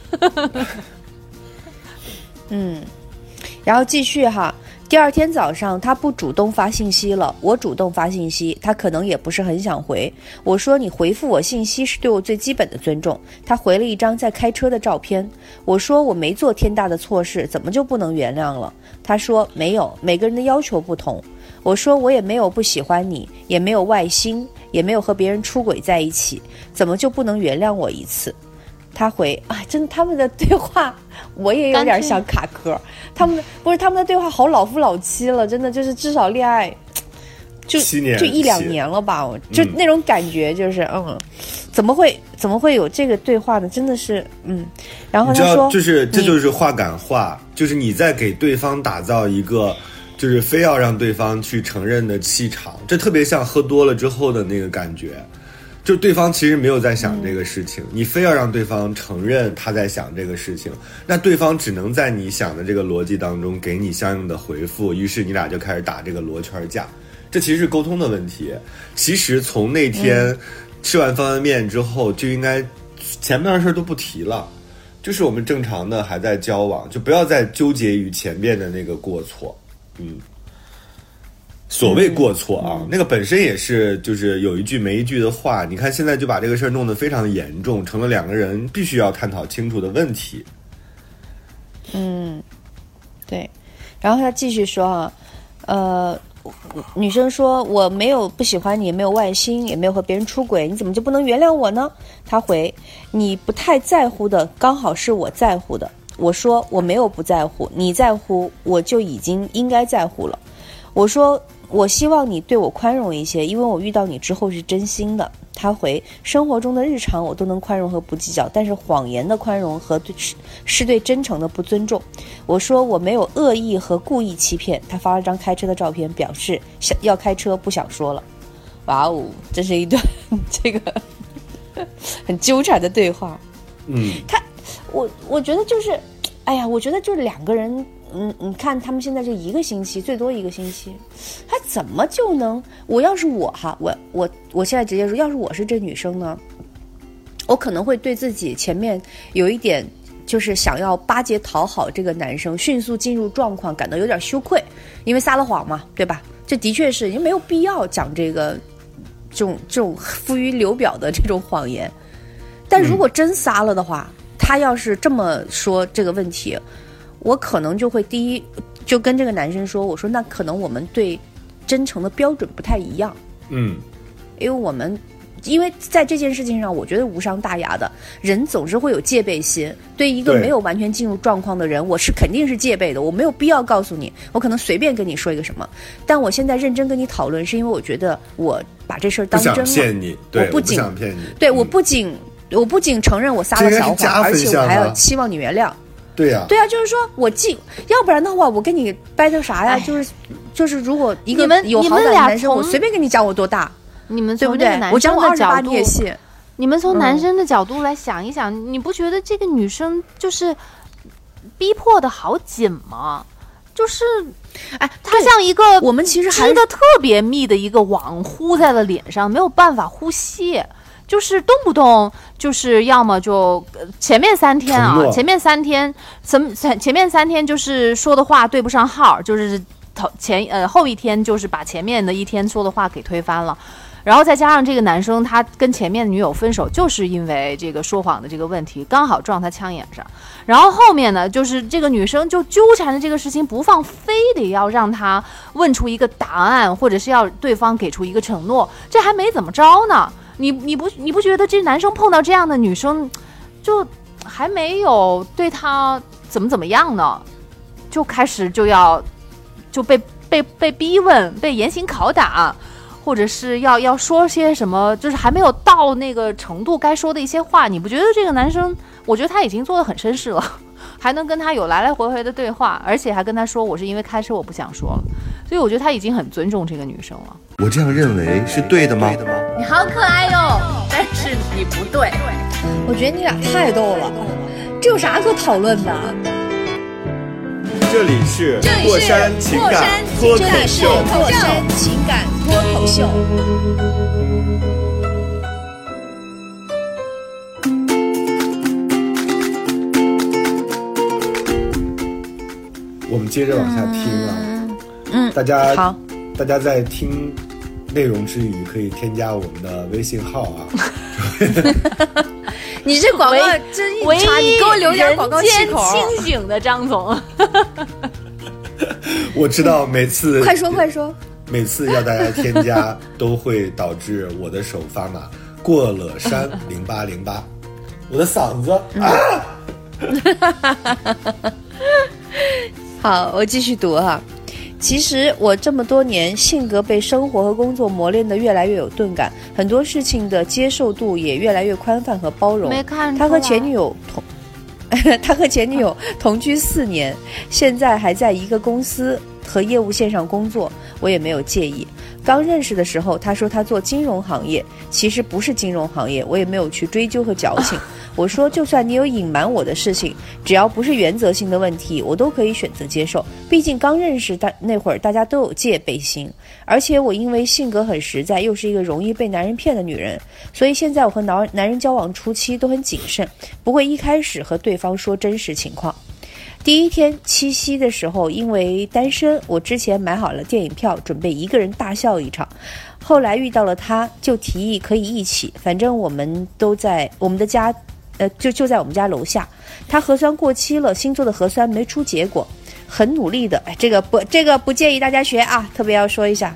Speaker 1: 然后继续哈。第二天早上，他不主动发信息了，我主动发信息，他可能也不是很想回。我说你回复我信息是对我最基本的尊重。他回了一张在开车的照片。我说我没做天大的错事，怎么就不能原谅了？他说没有，每个人的要求不同。我说我也没有不喜欢你，也没有外心，也没有和别人出轨在一起，怎么就不能原谅我一次？他回啊，真的，他们的对话我也有点想卡壳。他们的对话好老夫老妻了，真的就是至少恋爱就1-2年了吧，就那种感觉就是怎么会有这个对话呢？真的是然后他说
Speaker 3: 就是这就是话赶话，就是你在给对方打造一个就是非要让对方去承认的气场，这特别像喝多了之后的那个感觉。就对方其实没有在想这个事情，你非要让对方承认他在想这个事情，那对方只能在你想的这个逻辑当中给你相应的回复，于是你俩就开始打这个罗圈架。这其实是沟通的问题。其实从那天吃完方便面之后，就应该前面的事都不提了，就是我们正常的还在交往，就不要再纠结于前面的那个过错。所谓过错啊，那个本身也是就是有一句没一句的话。你看现在就把这个事儿弄得非常的严重，成了两个人必须要探讨清楚的问题。
Speaker 1: 对。然后他继续说女生说我没有不喜欢你，也没有外心，也没有和别人出轨，你怎么就不能原谅我呢？他回你不太在乎的刚好是我在乎的。我说我没有不在乎，你在乎我就已经应该在乎了。我说我希望你对我宽容一些，因为我遇到你之后是真心的。他回生活中的日常我都能宽容和不计较，但是谎言的宽容和是对真诚的不尊重。我说我没有恶意和故意欺骗。他发了张开车的照片，表示要开车不想说了。哇哦，这是一段这个很纠缠的对话。我觉得就是我觉得就是两个人你看他们现在这一个星期，最多一个星期，他怎么就能？要是我哈，我现在直接说，要是我是这女生呢，我可能会对自己前面有一点就是想要巴结讨好这个男生，迅速进入状况，感到有点羞愧，因为撒了谎嘛，对吧？这的确是，因为没有必要讲这种浮于流表的这种谎言。但如果真撒了的话，他要是这么说这个问题，我可能就会第一就跟这个男生说，我说那可能我们对真诚的标准不太一样。因为在这件事情上，我觉得无伤大雅的。人总是会有戒备心，对一个没有完全进入状况的人，我是肯定是戒备的。我没有必要告诉你，我可能随便跟你说一个什么，但我现在认真跟你讨论，是因为我觉得我把这事儿当真了。
Speaker 3: 不想骗你，对，
Speaker 1: 我不
Speaker 3: 想骗你。
Speaker 1: 对，我不仅承认我撒了小谎，而且我还要希望你原谅。
Speaker 3: 对呀，
Speaker 1: 就是说要不然的话，我跟你掰扯啥呀？就是如果一个有好感的男生，我随便跟你讲我多大，
Speaker 4: 你们
Speaker 1: 对不对？我讲我28你也信。
Speaker 4: 你们从男生的角度来想一想，你不觉得这个女生就是逼迫的好紧吗？就是她像一个
Speaker 1: 我们其实
Speaker 4: 织的特别密的一个网糊在了脸上，没有办法呼吸。就是动不动就是要么就前面3天前面3天就是说的话对不上号，就是后一天就是把前面的1天说的话给推翻了。然后再加上这个男生他跟前面的女友分手，就是因为这个说谎的这个问题，刚好撞他枪眼上。然后后面呢，就是这个女生就纠缠着这个事情不放，非得要让他问出一个答案，或者是要对方给出一个承诺，这还没怎么着呢。你不觉得这男生碰到这样的女生，还没有对他怎么样呢，就开始就被逼问，被严刑拷打，或者是要说些什么，就是还没有到那个程度该说的一些话。你不觉得这个男生，我觉得他已经做得很绅士了，还能跟他有来来回回的对话，而且还跟他说我是因为开车我不想说了。所以我觉得他已经很尊重这个女生了。
Speaker 3: 我这样认为是对的吗？
Speaker 2: 你好可爱哟，但是你不对。
Speaker 1: 我觉得你俩太逗了，这有啥可讨论的？
Speaker 3: 这里是过山情感脱口秀。
Speaker 1: 过山情感脱口秀。
Speaker 3: 我们接着往下听啊。大家在听内容之余可以添加我们的微信号啊。
Speaker 1: 你这广告真一插，你给我留点广告气口。
Speaker 4: 清醒的张总。
Speaker 3: 我知道每次
Speaker 1: 快说，
Speaker 3: 每次要大家添加都会导致我的手发麻。过了山0808，我的嗓子
Speaker 1: 好，我继续读哈。其实我这么多年性格被生活和工作磨练得越来越有钝感，很多事情的接受度也越来越宽泛和包容。
Speaker 4: 没看出来。
Speaker 1: 他和前女友同居4年，现在还在一个公司和业务线上工作，我也没有介意。刚认识的时候他说他做金融行业，其实不是金融行业，我也没有去追究和矫情。我说就算你有隐瞒我的事情，只要不是原则性的问题，我都可以选择接受，毕竟刚认识那会儿大家都有戒备心，而且我因为性格很实在，又是一个容易被男人骗的女人，所以现在我和男人交往初期都很谨慎，不会一开始和对方说真实情况。第一天七夕的时候，因为单身，我之前买好了电影票，准备一个人大笑一场。后来遇到了他，就提议可以一起，反正我们都在我们的家，就在我们家楼下。他核酸过期了，新做的核酸没出结果，很努力的，这个不建议大家学啊，特别要说一下，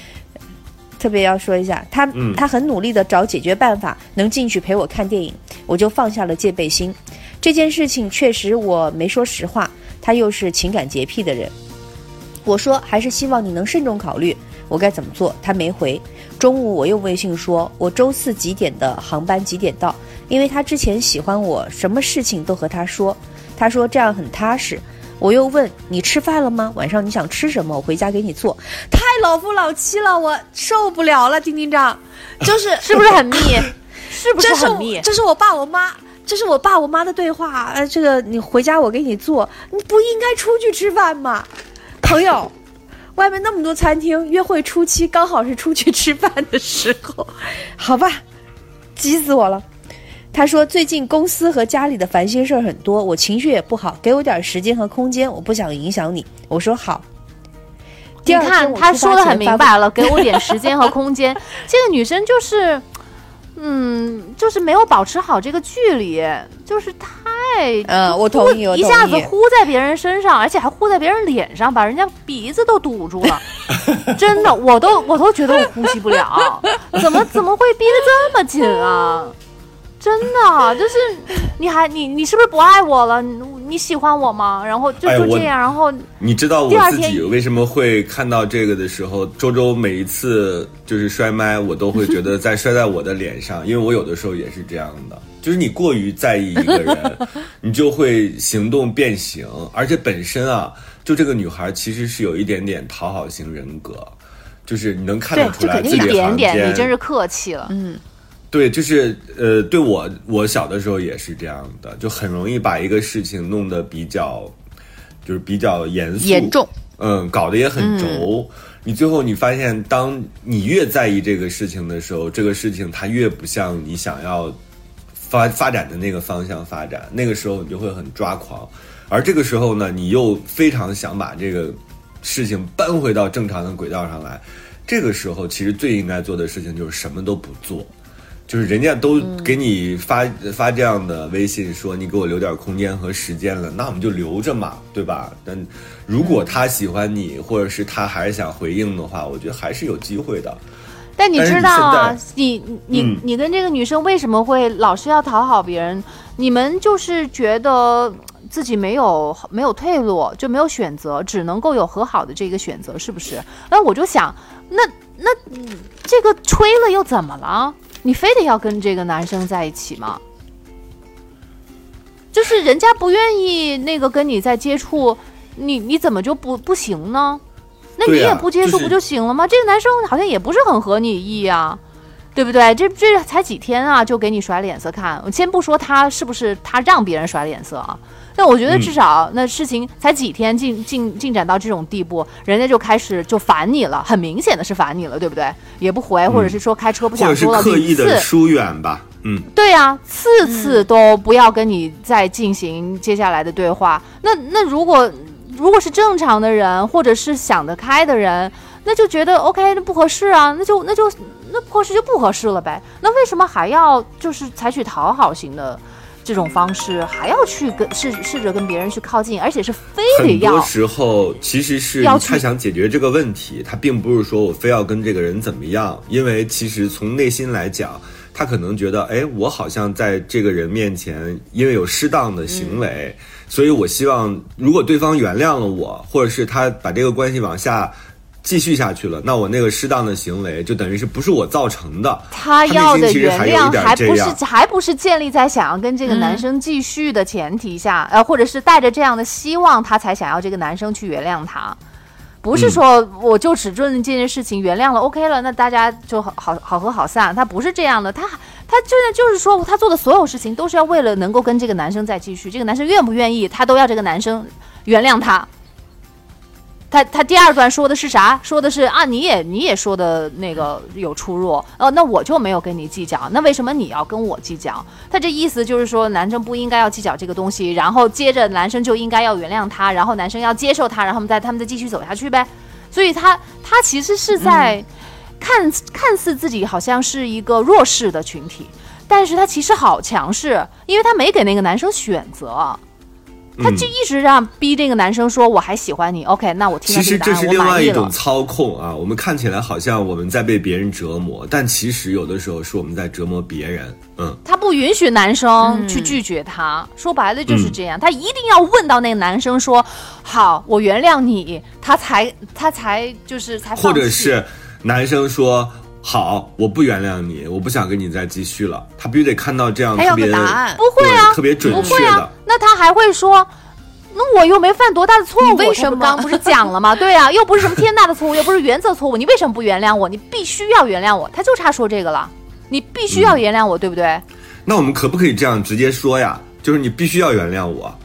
Speaker 1: 他很努力的找解决办法，能进去陪我看电影，我就放下了戒备心。这件事情确实我没说实话，他又是情感洁癖的人，我说还是希望你能慎重考虑我该怎么做，他没回。中午我又微信说我周4几点的航班几点到，因为他之前喜欢我，什么事情都和他说，他说这样很踏实。我又问你吃饭了吗？晚上你想吃什么？我回家给你做。太老夫老妻了，我受不了了，丁丁张，
Speaker 4: 是不是很密？是不是很密？
Speaker 1: 这是我爸我妈的对话。这个你回家我给你做，你不应该出去吃饭吗？朋友，外面那么多餐厅，约会初期刚好是出去吃饭的时候，好吧，急死我了。他说最近公司和家里的烦心事儿很多，我情绪也不好，给我点时间和空间，我不想影响你。我说好。
Speaker 4: 你看他说的很明白了，给我点时间和空间。这个女生就是没有保持好这个距离，就是
Speaker 1: 我同意，
Speaker 4: 一下子呼在别人身上，而且还呼在别人脸上，把人家鼻子都堵住了。真的，我都觉得我呼吸不了，怎么会逼得这么紧啊？真的，就是你是不是不爱我了？你喜欢我吗？然后就这样，然后
Speaker 3: 你知道我自己为什么会看到这个的时候，周每一次就是摔麦，我都会觉得在摔在我的脸上，因为我有的时候也是这样的，就是你过于在意一个人，你就会行动变形，而且本身啊，就这个女孩其实是有一点点讨好型人格，就是你能看得出来，
Speaker 4: 对，就肯定一点点，你真是客气了，
Speaker 3: 对，就是对我小的时候也是这样的，就很容易把一个事情弄得比较严肃、
Speaker 1: 严重，
Speaker 3: 搞得也很轴。你最后你发现，当你越在意这个事情的时候，这个事情它越不像你想要发展的那个方向发展，那个时候你就会很抓狂。而这个时候呢，你又非常想把这个事情搬回到正常的轨道上来，这个时候其实最应该做的事情就是什么都不做。就是人家都给你发这样的微信说你给我留点空间和时间了，那我们就留着嘛，对吧？但如果他喜欢你，或者是他还是想回应的话，我觉得还是有机会的。
Speaker 4: 但你知道啊，你跟这个女生为什么会老是要讨好别人？你们就是觉得自己没有退路，就没有选择，只能够有和好的这个选择，是不是？那我就想，那这个吹了又怎么了？你非得要跟这个男生在一起吗？就是人家不愿意那个跟你在接触，你怎么就不行呢？那你也不接触不就行了吗？这个男生好像也不是很合你意啊，对不对？这才几天啊，就给你甩脸色看。我先不说他是不是他让别人甩脸色啊，但我觉得至少那事情才几天进展到这种地步，人家就开始就烦你了，很明显的是烦你了，对不对？也不回，或者是说开车不想说了，
Speaker 3: 或者是刻意的疏远吧。
Speaker 4: 对啊，次都不要跟你再进行接下来的对话。那如果如果是正常的人，或者是想得开的人，那就觉得 OK， 那不合适啊，那不合适就不合适了呗。那为什么还要就是采取讨好型的这种方式，还要去试着跟别人去靠近，而且是非得要？
Speaker 3: 很多时候其实是他想解决这个问题，他并不是说我非要跟这个人怎么样，因为其实从内心来讲，他可能觉得，哎，我好像在这个人面前，因为有适当的行为，所以我希望如果对方原谅了我，或者是他把这个关系往下继续下去了，那我那个适当的行为就等于是不是我造成的。
Speaker 4: 他要的原谅还不是建立在想要跟这个男生继续的前提下，或者是带着这样的希望，他才想要这个男生去原谅他。不是说我就只论这件事情原谅了 OK 了，那大家就好合好散。他不是这样的，他就是说他做的所有事情都是要为了能够跟这个男生再继续，这个男生愿不愿意他都要这个男生原谅他。他第二段说的是啥？说的是啊，你也说的那个有出入，那我就没有跟你计较，那为什么你要跟我计较？他这意思就是说，男生不应该要计较这个东西，然后接着男生就应该要原谅他，然后男生要接受他，然后他们再继续走下去呗。所以他其实是在看似自己好像是一个弱势的群体，但是他其实好强势，因为他没给那个男生选择。他就一直让逼这个男生说我还喜欢你 OK， 那我听到这个答案
Speaker 3: 其实这是另外一种操控啊，我们看起来好像我们在被别人折磨，但其实有的时候是我们在折磨别人。
Speaker 4: 他不允许男生去拒绝他，说白了就是这样，他一定要问到那个男生说好我原谅你，他才就是才放弃。
Speaker 3: 或者是男生说好，我不原谅你，我不想跟你再继续了。他必须得看到这样特别
Speaker 1: 答案，
Speaker 4: 不会啊，
Speaker 3: 特别准确的。
Speaker 4: 那他还会说，那我又没犯多大的错误，
Speaker 1: 为什么
Speaker 4: 刚不是讲了吗？对啊，又不是什么天大的错误，又不是原则错误，你为什么不原谅我？你必须要原谅我。他就差说这个了，你必须要原谅我，对不对？
Speaker 3: 那我们可不可以这样直接说呀？就是你必须要原谅我。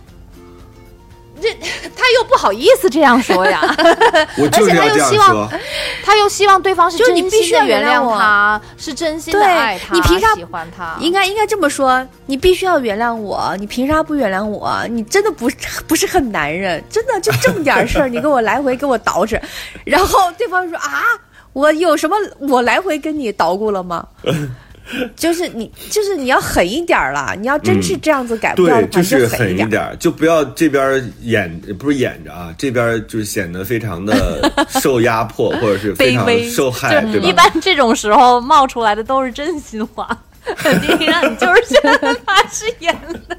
Speaker 4: 他又不好意思这样说呀，
Speaker 3: 我就是要这样说。
Speaker 4: 他又希望对方是真心的原谅他，是真心的爱他，
Speaker 1: 你凭啥
Speaker 4: 喜欢他？
Speaker 1: 应该这么说，你必须要原谅我，你凭啥不原谅我？你真的不是很男人，真的就这么点事儿，你跟我来回跟我捯饬，然后对方说啊，我有什么我来回跟你捣鼓了吗？就是你要狠一点了，你要真是这样子改不掉的话，
Speaker 3: 对，就是
Speaker 1: 狠
Speaker 3: 一点，就不要这边不是演着啊，这边就显得非常的受压迫或者是非常受害，对吧？
Speaker 4: 一般这种时候冒出来的都是真心话，肯定让你就是觉得他是演的。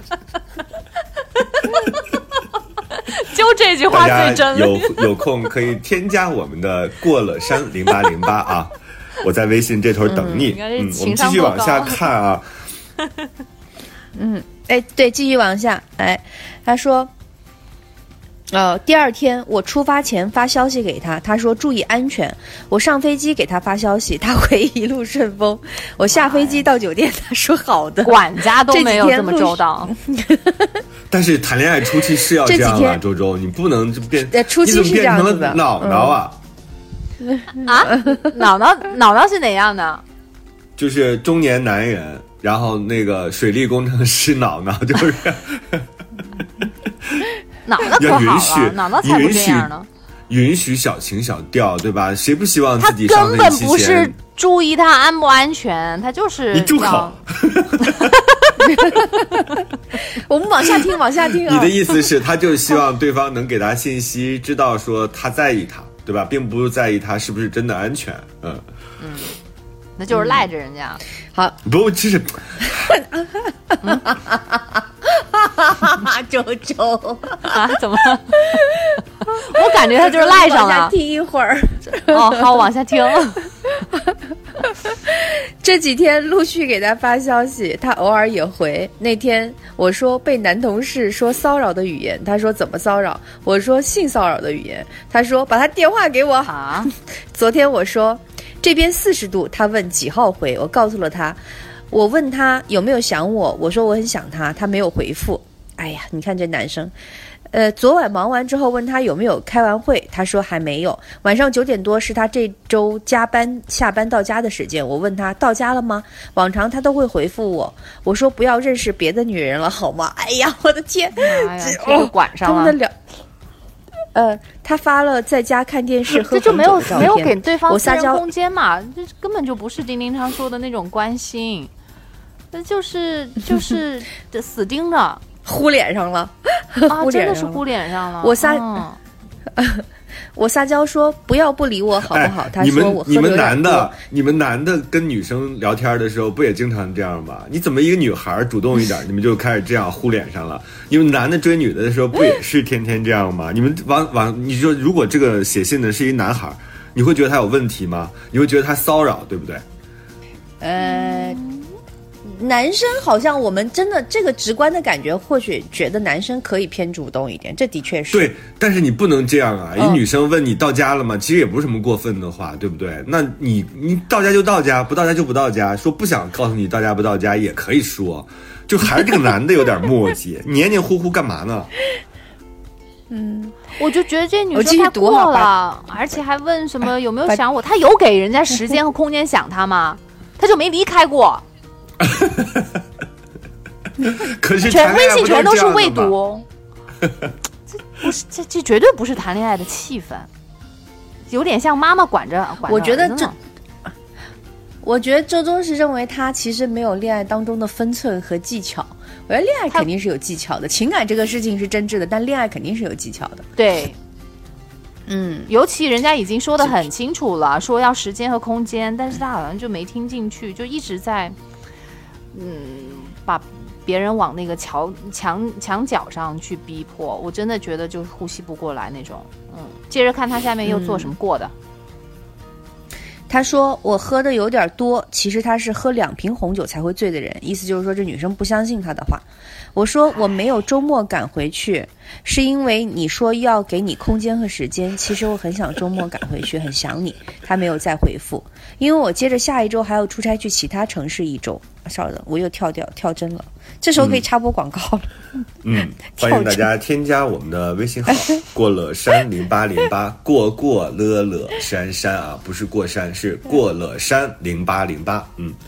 Speaker 4: 就这句话最真。
Speaker 3: 有空可以添加我们的过了山0808啊。我在微信这头等你。我们继续往下看啊。
Speaker 1: 对，继续往下。他说，第二天我出发前发消息给他，他说注意安全。我上飞机给他发消息，他回一路顺风。我下飞机到酒店，他说好的。
Speaker 4: 管家都没有这么周到。
Speaker 3: 但是谈恋爱初期是要这样啊，周，你不能就变，
Speaker 1: 初期是这样子的。
Speaker 3: 你怎么变成了姥姥啊？
Speaker 4: 啊，姥姥是哪样的？
Speaker 3: 就是中年男人，然后那个水利工程师姥姥就是
Speaker 4: 姥姥可好了，姥姥才不这样呢。
Speaker 3: 允许小情小调，对吧？谁不希望自己上飞机前？
Speaker 4: 他根本不是注意他安不安全，他就是
Speaker 3: 你住口。
Speaker 1: 我们往下听啊。
Speaker 3: 你的意思是，他就希望对方能给他信息，知道说他在意他。对吧，并不在意他是不是真的安全。
Speaker 4: 那就是赖着人家。
Speaker 1: 好，
Speaker 3: 不，其实
Speaker 1: 周
Speaker 4: 啊，怎么我感觉他就是赖上了。
Speaker 1: 往下听一会儿。
Speaker 4: 好，往下听。
Speaker 1: 这几天陆续给他发消息，他偶尔也回。那天我说被男同事说骚扰的语言，他说怎么骚扰？我说性骚扰的语言，他说把他电话给我。
Speaker 4: 啊！
Speaker 1: 昨天我说这边40度，他问几号回，我告诉了他。我问他有没有想我，我说我很想他，他没有回复。哎呀，你看这男生。昨晚忙完之后问他有没有开完会，他说还没有。晚上9点多是他这周加班下班到家的时间，我问他到家了吗？往常他都会回复我，我说不要认识别的女人了好吗？哎呀，我的天，
Speaker 4: 这个管上了。
Speaker 1: 他发了在家看电视喝
Speaker 4: 这就没有给对方
Speaker 1: 私人
Speaker 4: 空间嘛？这根本就不是丁丁昌说的那种关心，那就是死盯着，
Speaker 1: 呼脸上了
Speaker 4: 啊！真的是呼脸上了。
Speaker 1: 我撒娇说不要不理我好不好？他说我喝
Speaker 3: 你们男的跟女生聊天的时候不也经常这样吗？你怎么一个女孩主动一点，你们就开始这样呼脸上了？你们男的追女的时候不也是天天这样吗？你们你说如果这个写信的是一男孩，你会觉得他有问题吗？你会觉得他骚扰，对不对？
Speaker 1: 男生好像我们真的这个直观的感觉，或许觉得男生可以偏主动一点，这的确是
Speaker 3: 对。但是你不能这样啊！一女生问你到家了吗？其实也不是什么过分的话，对不对？那你到家就到家，不到家就不到家。说不想告诉你到家不到家也可以说，就还是这个男的有点磨叽，黏黏糊糊干嘛呢？
Speaker 4: 我就觉得这女生太过了，而且还问什么有没有想我？他有给人家时间和空间想他吗？他就没离开过。
Speaker 3: 可是
Speaker 4: 微信全都是未读，这绝对不是谈恋爱的气氛，有点像妈妈管着
Speaker 1: 我觉得周周是认为他其实没有恋爱当中的分寸和技巧。我觉得恋爱肯定是有技巧的，情感这个事情是真挚的，但恋爱肯定是有技巧的。
Speaker 4: 对，尤其人家已经说得很清楚了，说要时间和空间，但是他好像就没听进去，就一直在把别人往那个墙角上去逼迫，我真的觉得就是呼吸不过来那种。接着看他下面又做什么过的。
Speaker 1: 他说我喝的有点多，其实他是喝2瓶红酒才会醉的人，意思就是说这女生不相信他的话。我说我没有周末赶回去，是因为你说要给你空间和时间，其实我很想周末赶回去，很想你。他没有再回复，因为我接着下一周还要出差去其他城市1周。稍等，我又跳针了，这时候可以插播广告了。
Speaker 3: 欢迎大家添加我们的微信号过了山0808，过了山啊，不是过山，是过了山0808。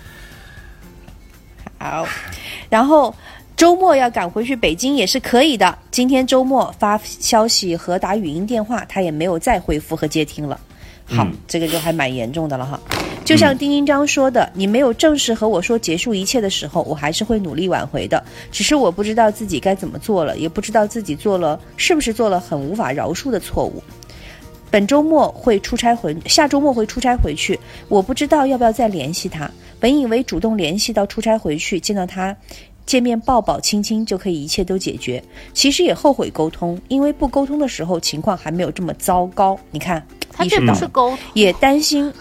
Speaker 1: 好，然后周末要赶回去北京也是可以的。今天周末发消息和打语音电话，他也没有再回复和接听了。好，这个就还蛮严重的了哈。就像丁丁章说的，你没有正式和我说结束一切的时候，我还是会努力挽回的。只是我不知道自己该怎么做了，也不知道自己是不是做了很无法饶恕的错误。下周末会出差回去，我不知道要不要再联系他。本以为主动联系到出差回去，见到他见面抱抱亲亲就可以一切都解决，其实也后悔沟通，因为不沟通的时候情况还没有这么糟糕。你看，
Speaker 4: 他这不是沟通，
Speaker 1: 也担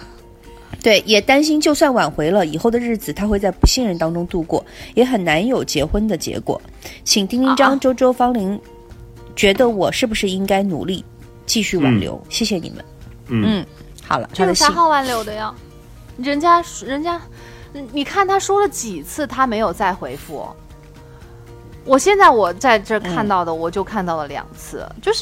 Speaker 1: 心就算挽回了，以后的日子他会在不信任当中度过，也很难有结婚的结果。请丁丁章、周周、方玲觉得我是不是应该努力继续挽留？谢谢你们。好了，
Speaker 4: 这有啥好挽留的呀？人家，你看他说了几次，他没有再回复。我现在在这看到的，我就看到了2次，就是，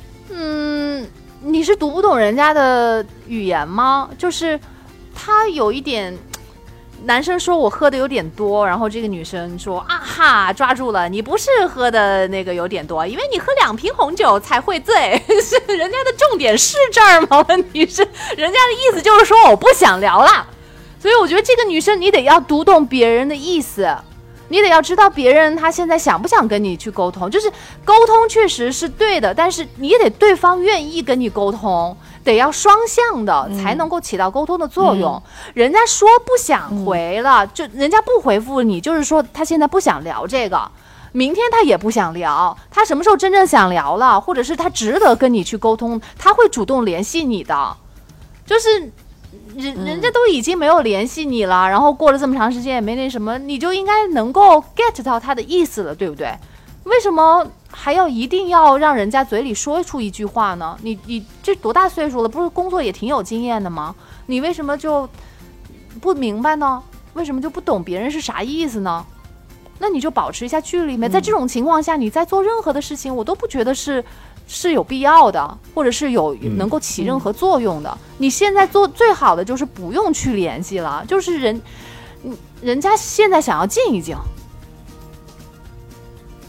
Speaker 4: 你是读不懂人家的语言吗？就是他有一点，男生说我喝的有点多，然后这个女生说啊哈，抓住了，你不是喝的那个有点多，因为你喝2瓶红酒才会醉。是人家的重点是这儿吗？问题是人家的意思就是说我不想聊了。所以我觉得这个女生你得要读懂别人的意思，你得要知道别人他现在想不想跟你去沟通。就是沟通确实是对的，但是你也得对方愿意跟你沟通，得要双向的才能够起到沟通的作用。人家说不想回了，就人家不回复你，就是说他现在不想聊这个，明天他也不想聊，他什么时候真正想聊了，或者是他值得跟你去沟通，他会主动联系你的。就是人家都已经没有联系你了，然后过了这么长时间也没那什么，你就应该能够 get 到他的意思了，对不对？为什么还要一定要让人家嘴里说出一句话呢？你这多大岁数了，不是工作也挺有经验的吗？你为什么就不明白呢？为什么就不懂别人是啥意思呢？那你就保持一下距离呗。在这种情况下，你在做任何的事情，我都不觉得是有必要的，或者是能够起任何作用的。你现在做最好的就是不用去联系了，就是人家现在想要静一静。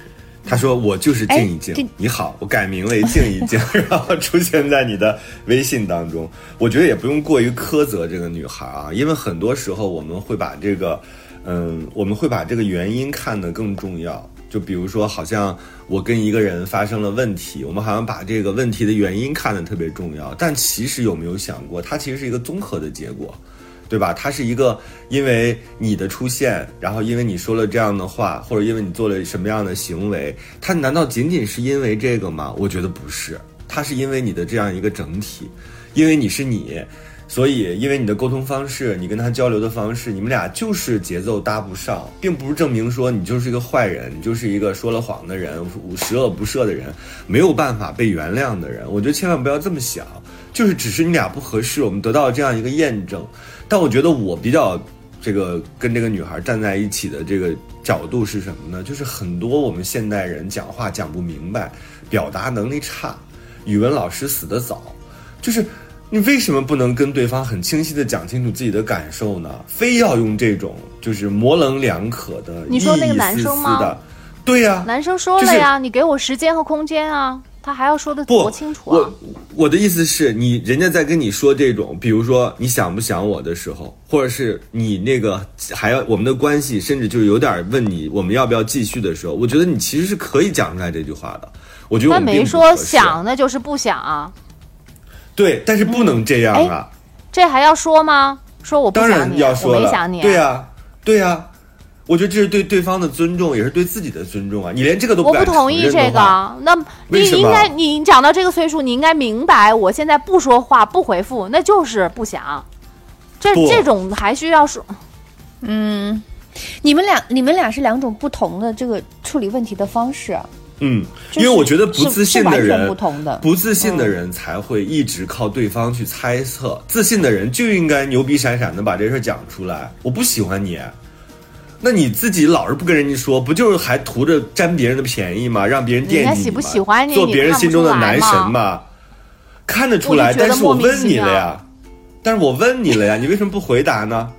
Speaker 3: 他说我就是静一静，你好，我改名为静一静，然后出现在你的微信当中。我觉得也不用过于苛责这个女孩啊，因为很多时候我们会把这个，我们会把这个原因看得更重要。就比如说，好像我跟一个人发生了问题，我们好像把这个问题的原因看得特别重要，但其实有没有想过，它其实是一个综合的结果。对吧？它是一个因为你的出现，然后因为你说了这样的话，或者因为你做了什么样的行为，它难道仅仅是因为这个吗？我觉得不是，它是因为你的这样一个整体，因为你是你，所以因为你的沟通方式，你跟他交流的方式，你们俩就是节奏搭不上，并不是证明说你就是一个坏人，你就是一个说了谎的人，十恶不赦的人，没有办法被原谅的人。我觉得千万不要这么想，就是只是你俩不合适，我们得到了这样一个验证。但我觉得我比较这个跟这个女孩站在一起的这个角度是什么呢？就是很多我们现代人讲话讲不明白，表达能力差，语文老师死得早，就是你为什么不能跟对方很清晰的讲清楚自己的感受呢？非要用这种就是模棱两可的，
Speaker 4: 你说那个男生吗？
Speaker 3: 对呀，
Speaker 4: 男生说了呀，你给我时间和空间啊。他还要说的多清楚啊！
Speaker 3: 我的意思是人家在跟你说这种，比如说你想不想我的时候，或者是你那个还要我们的关系，甚至就有点问你我们要不要继续的时候，我觉得你其实是可以讲出来这句话的。我觉得我们并不合适。
Speaker 4: 他没说想，那就是不想啊。
Speaker 3: 对，但是不能这样啊！
Speaker 4: 这还要说吗？说我不想你，
Speaker 3: 当然要说了，
Speaker 4: 我没想你。
Speaker 3: 对呀，对呀。我觉得这是对对方的尊重，也是对自己的尊重啊！你连这个都不敢承认的话，
Speaker 4: 我不同意这个。那你应该，你讲到这个岁数，你应该明白，我现在不说话、不回复，那就是不想。这种还需要说，
Speaker 1: 你们俩是两种不同的这个处理问题的方式。
Speaker 3: 因为我觉得不自信的人，
Speaker 1: 不
Speaker 3: 自信的人才会一直靠对方去猜测，自信的人就应该牛逼闪闪的把这事讲出来。我不喜欢你。那你自己老是不跟人家说，不就是还图着占别人的便宜吗？让别人惦记你吗？
Speaker 4: 人家喜不喜欢你？
Speaker 3: 做别人心中的男神吗？看得出来，但是我问你了呀，你为什么不回答呢？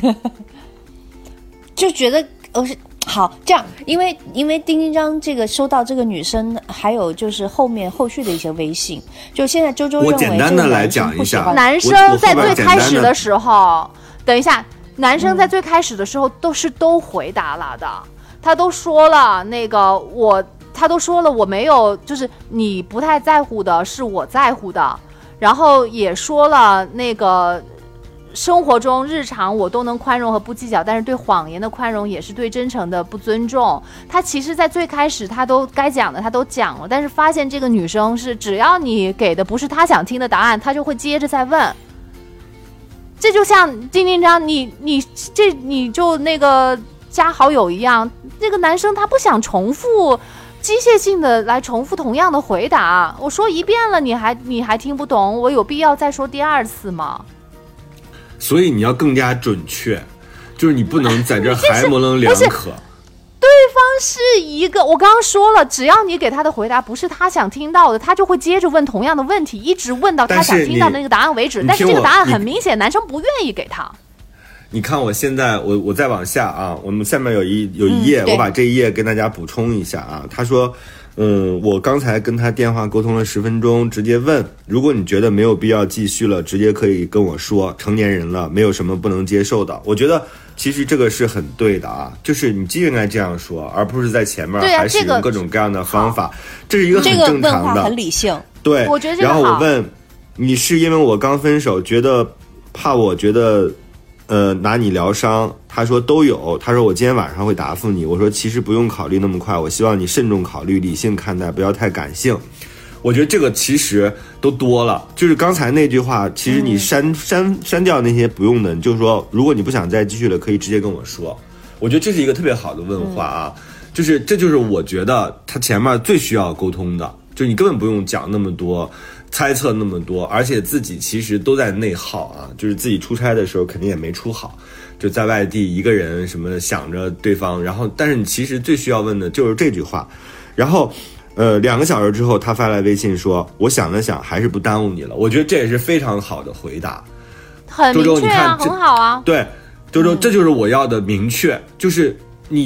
Speaker 1: 就觉得是好这样，因为丁丁章这个收到这个女生，还有就是后续的一些微信，就现在周周认为
Speaker 3: 我简单的来讲一下，
Speaker 4: 男生在最开始的时候，等一下。男生在最开始的时候都回答了的，他都说了他都说了我没有，就是你不太在乎的是我在乎的，然后也说了那个生活中日常我都能宽容和不计较，但是对谎言的宽容也是对真诚的不尊重。他其实在最开始他都该讲的他都讲了，但是发现这个女生是只要你给的不是他想听的答案，他就会接着再问。这就像丁丁章，你就那个加好友一样，那个男生他不想重复机械性的来重复同样的回答，我说一遍了你还听不懂，我有必要再说第二次吗？
Speaker 3: 所以你要更加准确，就是你不能在这还模棱两可。
Speaker 4: 对方是一个，我刚刚说了，只要你给他的回答不是他想听到的，他就会接着问同样的问题，一直问到他想听到的那个答案为止。但是这个答案很明显，男生不愿意给他。
Speaker 3: 你看我现在我再往下啊，我们下面有一页，我把这一页跟大家补充一下啊。他说我刚才跟他电话沟通了10分钟，直接问，如果你觉得没有必要继续了，直接可以跟我说，成年人了，没有什么不能接受的。我觉得其实这个是很对的啊，就是你就应该这样说，而不是在前面还使用各种各样的方法，这是一个很正常的，
Speaker 1: 这个问话很理性。
Speaker 3: 对，
Speaker 4: 我觉得这个好。
Speaker 3: 然后我问你是因为我刚分手，怕我觉得拿你疗伤，他说都有，他说我今天晚上会答复你，我说其实不用考虑那么快，我希望你慎重考虑，理性看待，不要太感性。我觉得这个其实都多了，就是刚才那句话，其实你删掉那些不用的，你就说如果你不想再继续了，可以直接跟我说。我觉得这是一个特别好的问话啊，就是这就是我觉得他前面最需要沟通的，就你根本不用讲那么多，猜测那么多，而且自己其实都在内耗啊，就是自己出差的时候肯定也没出好，就在外地一个人什么想着对方，然后但是你其实最需要问的就是这句话。然后2个小时之后他发来微信说，我想了想还是不耽误你了。我觉得这也是非常好的回答，
Speaker 4: 很明确啊，很好啊。
Speaker 3: 对，周周，这就是我要的明确，就是你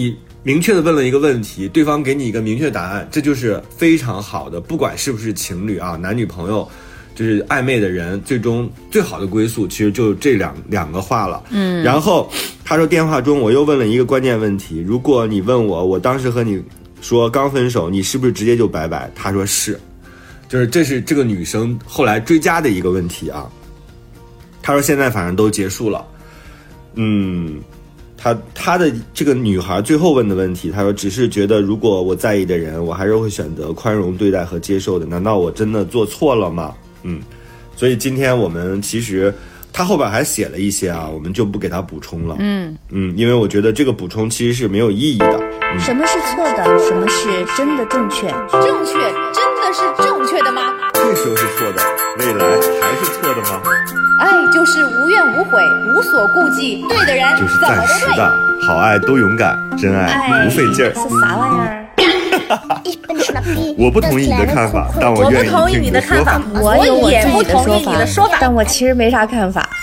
Speaker 3: 明确的问了一个问题，对方给你一个明确答案，这就是非常好的，不管是不是情侣啊，男女朋友，就是暧昧的人，最终最好的归宿其实就这两个话了。然后他说电话中我又问了一个关键问题，如果你问我当时和你说刚分手，你是不是直接就拜拜？他说是，就是这是这个女生后来追加的一个问题啊。他说现在反正都结束了。他的这个女孩最后问的问题，他说只是觉得如果我在意的人，我还是会选择宽容对待和接受的，难道我真的做错了吗？所以今天我们其实他后边还写了一些啊，我们就不给他补充了。因为我觉得这个补充其实是没有意义的。
Speaker 1: 什么是错的？什么是真的正确？
Speaker 2: 正确真的是正确的吗？
Speaker 3: 这时候是错的，未来还是错的吗？
Speaker 2: 爱就是无怨无悔，无所顾忌，对的人
Speaker 3: 就是暂时的，好爱都勇敢，真爱不费劲儿。
Speaker 1: 是啥玩意儿？
Speaker 3: 我不同意你的看法，但我愿意听你的说法。
Speaker 1: 我有我
Speaker 2: 也不
Speaker 1: 自己
Speaker 2: 同意你的说法，
Speaker 1: 但我其实没啥看法。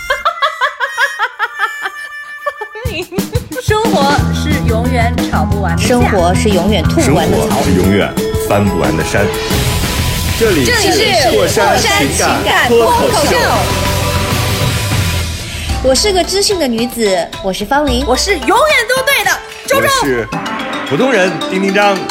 Speaker 2: 生活是永远吵不完的架，
Speaker 1: 生活是永远吐不完的槽，
Speaker 3: 生活是永远翻不完的山。这里是过山情感脱口秀。
Speaker 1: 我是个知性的女子，我是方琳，
Speaker 2: 我是永远都对的周周，
Speaker 3: 我是普通人丁丁张。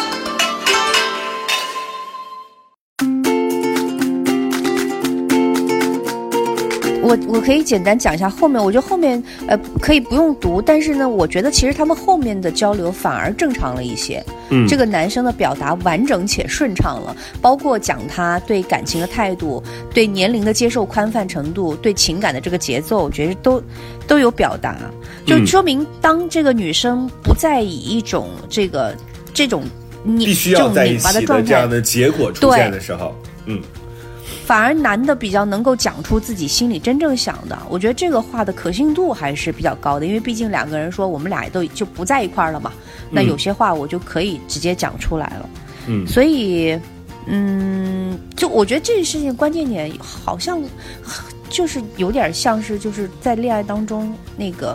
Speaker 1: 我可以简单讲一下后面，我觉得后面可以不用读，但是呢，我觉得其实他们后面的交流反而正常了一些。这个男生的表达完整且顺畅了，包括讲他对感情的态度，对年龄的接受宽泛程度，对情感的这个节奏，我觉得都有表达，就说明当这个女生不再以一种这种
Speaker 3: 必须要在一起的这样的结果出现的时候，
Speaker 1: 反而男的比较能够讲出自己心里真正想的，我觉得这个话的可信度还是比较高的，因为毕竟两个人说我们俩都就不在一块儿了嘛，那有些话我就可以直接讲出来了。所以就我觉得这个事情关键点好像就是有点像是就是在恋爱当中那个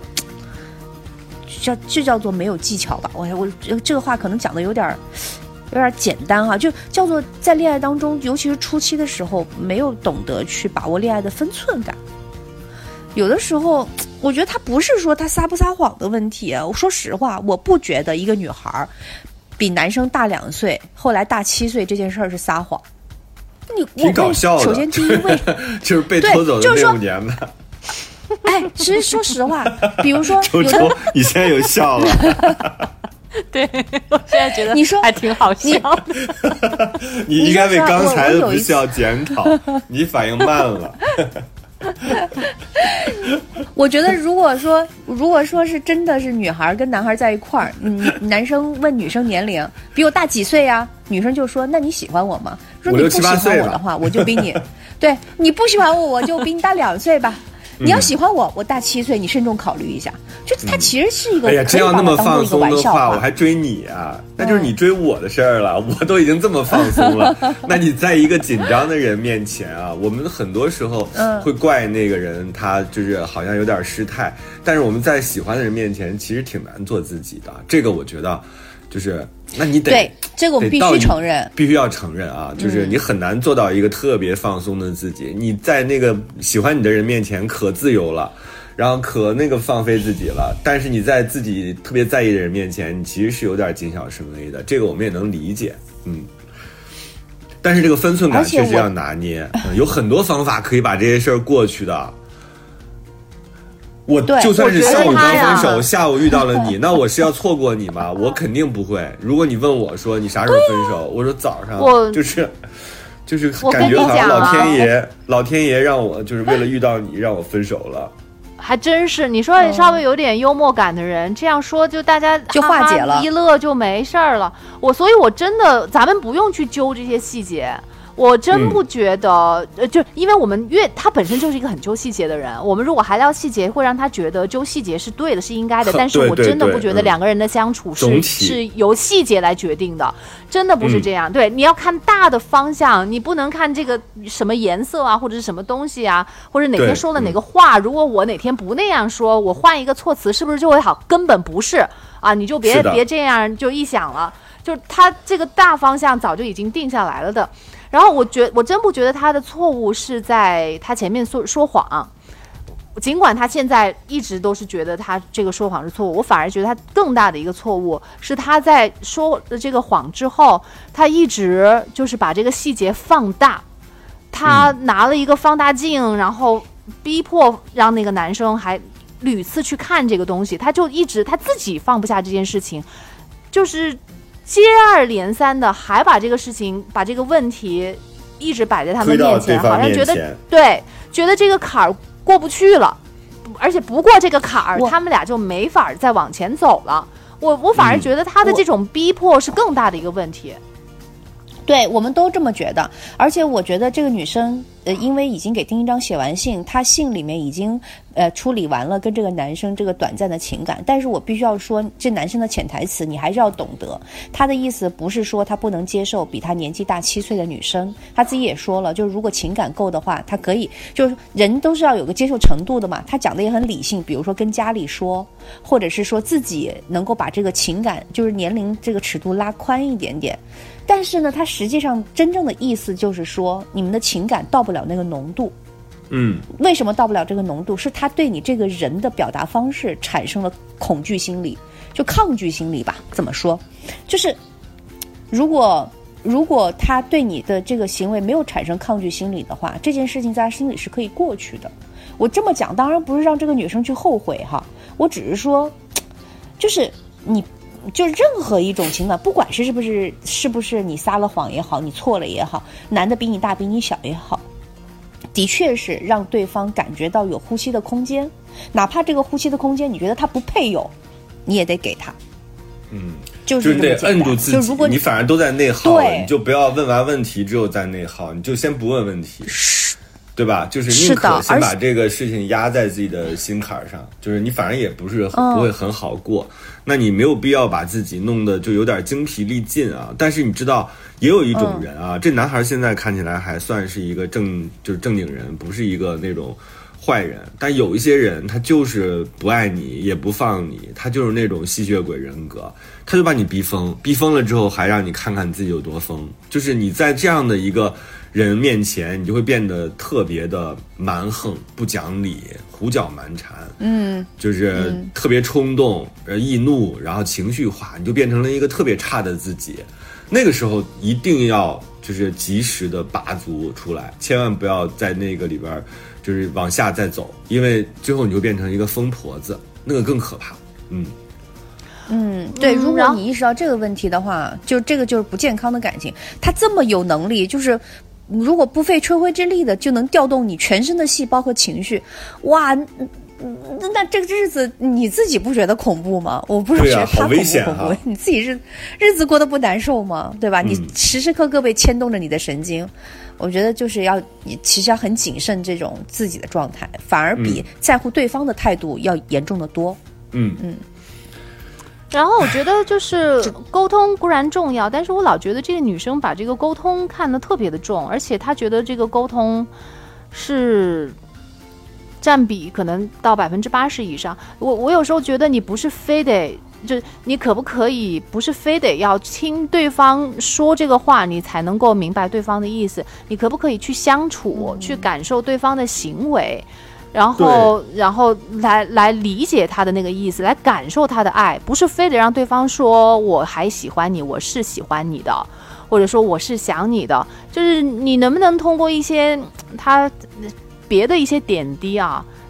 Speaker 1: 就叫做没有技巧吧，我这个话可能讲的有点简单哈，就叫做在恋爱当中，尤其是初期的时候，没有懂得去把握恋爱的分寸感。有的时候，我觉得他不是说他撒不撒谎的问题。我说实话，我不觉得一个女孩比男生大2岁，后来大7岁这件事儿是撒谎。
Speaker 3: 挺搞笑的。
Speaker 1: 首先第一位
Speaker 3: 就是被拖走的那5年吧。
Speaker 1: 哎，其实说实话，比如说
Speaker 3: 周周，你现在有笑了。
Speaker 4: 对，我现在觉得你说还挺好笑的。
Speaker 3: 你应该为刚才的不笑检讨，你反应慢了。
Speaker 1: 我觉得如果说是真的是女孩跟男孩在一块儿，男生问女生年龄，比我大几岁呀？女生就说那你喜欢我吗？说你不喜欢我的话，我就比你对你不喜欢我，我就比你大2岁吧。你要喜欢我大7岁，你慎重考虑一下。就它其实是一个，
Speaker 3: 哎呀，真要那么放松的话，我还追你啊？那就是你追我的事儿了。我都已经这么放松了，那你在一个紧张的人面前啊，我们很多时候会怪那个人，他就是好像有点失态。但是我们在喜欢的人面前，其实挺难做自己的。这个我觉得，就是那你得
Speaker 1: 对这个我们必须承认，
Speaker 3: 必须要承认啊，就是你很难做到一个特别放松的自己。你在那个喜欢你的人面前可自由了，然后可那个放飞自己了，但是你在自己特别在意的人面前，你其实是有点谨小慎微的，这个我们也能理解。但是这个分寸感确实要拿捏，有很多方法可以把这些事儿过去的。我就算是上午刚分手，下午遇到了你，那我是要错过你吗？我肯定不会。如果你问我说你啥时候分手，我说早上，就是感觉好像老天爷让我就是为了遇到你让我分手了。
Speaker 4: 还真是，你说稍微有点幽默感的人，这样说就大家
Speaker 1: 就化解了，
Speaker 4: 一乐就没事儿了。所以我真的，咱们不用去揪这些细节。 我真不觉得，就因为我们他本身就是一个很揪细节的人，我们如果还聊细节，会让他觉得揪细节是对的，是应该的。但是我真的不觉得两个人的相处是由细节来决定的，真的不是这样。对，你要看大的方向，你不能看这个什么颜色啊，或者是什么东西啊，或者哪天说了哪个话，如果我哪天不那样说，我换一个措辞，是不是就会好？根本不是啊，你就别这样就臆想了。就他这个大方向早就已经定下来了的，然后我真不觉得他的错误是在他前面说谎，尽管他现在一直都是觉得他这个说谎是错误，我反而觉得他更大的一个错误是他在说了这个谎之后，他一直就是把这个细节放大，他拿了一个放大镜，然后逼迫让那个男生还屡次去看这个东西，他就一直他自己放不下这件事情，就是接二连三的还把这个事情把这个问题一直摆在他们面前，好像觉得觉得这个坎儿过不去了，而且不过这个坎儿他们俩就没法再往前走了。我反而觉得他的这种逼迫是更大的一个问题。
Speaker 1: 对，我们都这么觉得，而且我觉得这个女生因为已经给丁一章写完信，她信里面已经处理完了跟这个男生这个短暂的情感，但是我必须要说，这男生的潜台词你还是要懂得，他的意思不是说他不能接受比他年纪大7岁的女生，他自己也说了，就是如果情感够的话，他可以，就是人都是要有个接受程度的嘛，他讲的也很理性，比如说跟家里说，或者是说自己能够把这个情感就是年龄这个尺度拉宽一点点。但是呢，他实际上真正的意思就是说，你们的情感到不了那个浓度。为什么到不了这个浓度？是他对你这个人的表达方式产生了恐惧心理，就抗拒心理吧。怎么说？就是如果他对你的这个行为没有产生抗拒心理的话，这件事情在他心里是可以过去的。我这么讲，当然不是让这个女生去后悔哈，我只是说，就是就任何一种情感，不管是不是你撒了谎也好，你错了也好，男的比你大比你小也好，的确是让对方感觉到有呼吸的空间，哪怕这个呼吸的空间你觉得他不配有，你也得给他。就是
Speaker 3: 得摁住自己。就如果你反而都在内耗了，你就不要问完问题之后再内耗，你就先不问问题。对吧？就是宁可先把这个事情压在自己的心坎上，就是你反正也不会很好过，那你没有必要把自己弄得就有点精疲力尽啊。但是你知道，也有一种人啊，这男孩现在看起来还算是一个正经人，不是一个那种坏人，但有一些人他就是不爱你也不放你，他就是那种吸血鬼人格，他就把你逼疯了之后还让你看看自己有多疯。就是你在这样的一个人面前，你就会变得特别的蛮横、不讲理、胡搅蛮缠，就是特别冲动、易怒，然后情绪化，你就变成了一个特别差的自己。那个时候一定要就是及时的拔足出来，千万不要在那个里边就是往下再走，因为最后你就变成一个疯婆子，那个更可怕。
Speaker 1: 对，如果你意识到这个问题的话，就这个就是不健康的感情。他这么有能力，就是如果不费吹灰之力的就能调动你全身的细胞和情绪，哇，那这个日子你自己不觉得恐怖吗？我不是觉得他恐怖，你自己日子过得不难受吗？对吧？你时时刻刻被牵动着你的神经，我觉得就是其实要很谨慎这种自己的状态，反而比在乎对方的态度要严重的多。
Speaker 4: 然后我觉得就是沟通固然重要，但是我老觉得这个女生把这个沟通看得特别的重，而且她觉得这个沟通是占比可能到80%以上。我有时候觉得你不是非得，就你可不可以不是非得要听对方说这个话你才能够明白对方的意思，你可不可以去相处，去感受对方的行为，然后来理解他的那个意思，来感受他的爱，不是非得让对方说我还喜欢你，我是喜欢你的，或者说我是想你的，就是你能不能通过一些他别的一些点滴啊，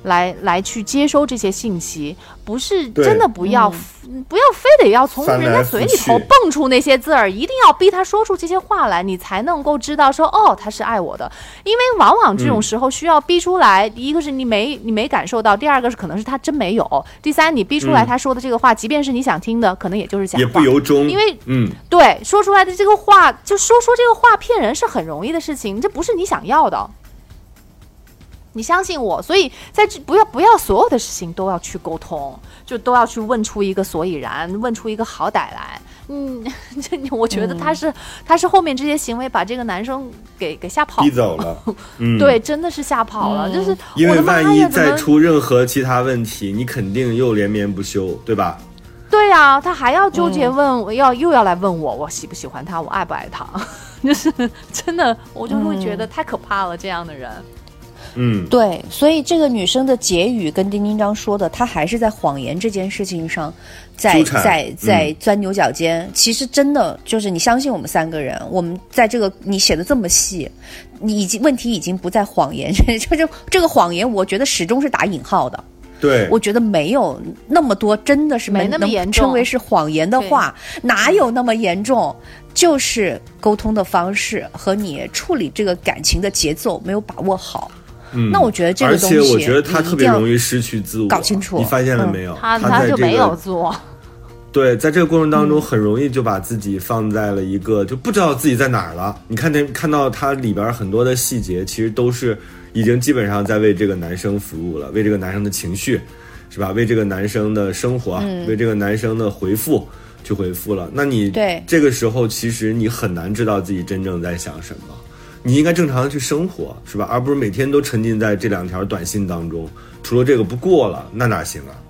Speaker 4: 来去接收这些信息，不是真的不要非得要从人家嘴里头蹦出那些字儿，一定要逼他说出这些话来，你才能够知道说哦他是爱我的。因为往往这种时候需要逼出来，一个是你没感受到，第二个是可能是他真没有，第三你逼出来他说的这个话，即便是你想听的，可能也就是假话，
Speaker 3: 也不由衷。
Speaker 4: 因为对，说出来的这个话就说这个话骗人是很容易的事情，这不是你想要的。你相信我，所以在这不要所有的事情都要去沟通，就都要去问出一个所以然，问出一个好歹来。我觉得他是后面这些行为把这个男生给吓跑了，
Speaker 3: 逼走了。
Speaker 4: 对，真的是吓跑了，就是
Speaker 3: 因为万一再出任何其他问题，你肯定又连绵不休，对吧？
Speaker 4: 对啊，他还要纠结问，又要来问我喜不喜欢他，我爱不爱他，就是真的，我就会觉得太可怕了，这样的人。
Speaker 1: 对，所以这个女生的结语跟丁丁章说的，她还是在谎言这件事情上，在钻牛角尖。其实真的就是你相信我们三个人，我们在这个你写的这么细，你问题已经不在谎言，这个谎言，我觉得始终是打引号的。
Speaker 3: 对，
Speaker 1: 我觉得没有那么多，真的是
Speaker 4: 没那么严重，
Speaker 1: 称为是谎言的话，哪有那么严重？就是沟通的方式和你处理这个感情的节奏没有把握好。那我觉得这个东西，
Speaker 3: 而且我觉得他特别容易失去自我，
Speaker 1: 搞清楚。
Speaker 3: 你发现了没有？
Speaker 4: 他就没有做。
Speaker 3: 对，在这个过程当中，很容易就把自己放在了一个就不知道自己在哪儿了。你看到他里边很多的细节，其实都是已经基本上在为这个男生服务了，为这个男生的情绪，是吧？为这个男生的生活，为这个男生的回复去回复了。那你这个时候其实你很难知道自己真正在想什么。你应该正常的去生活，是吧？而不是每天都沉浸在这2条短信当中，除了这个不过了，那哪行啊？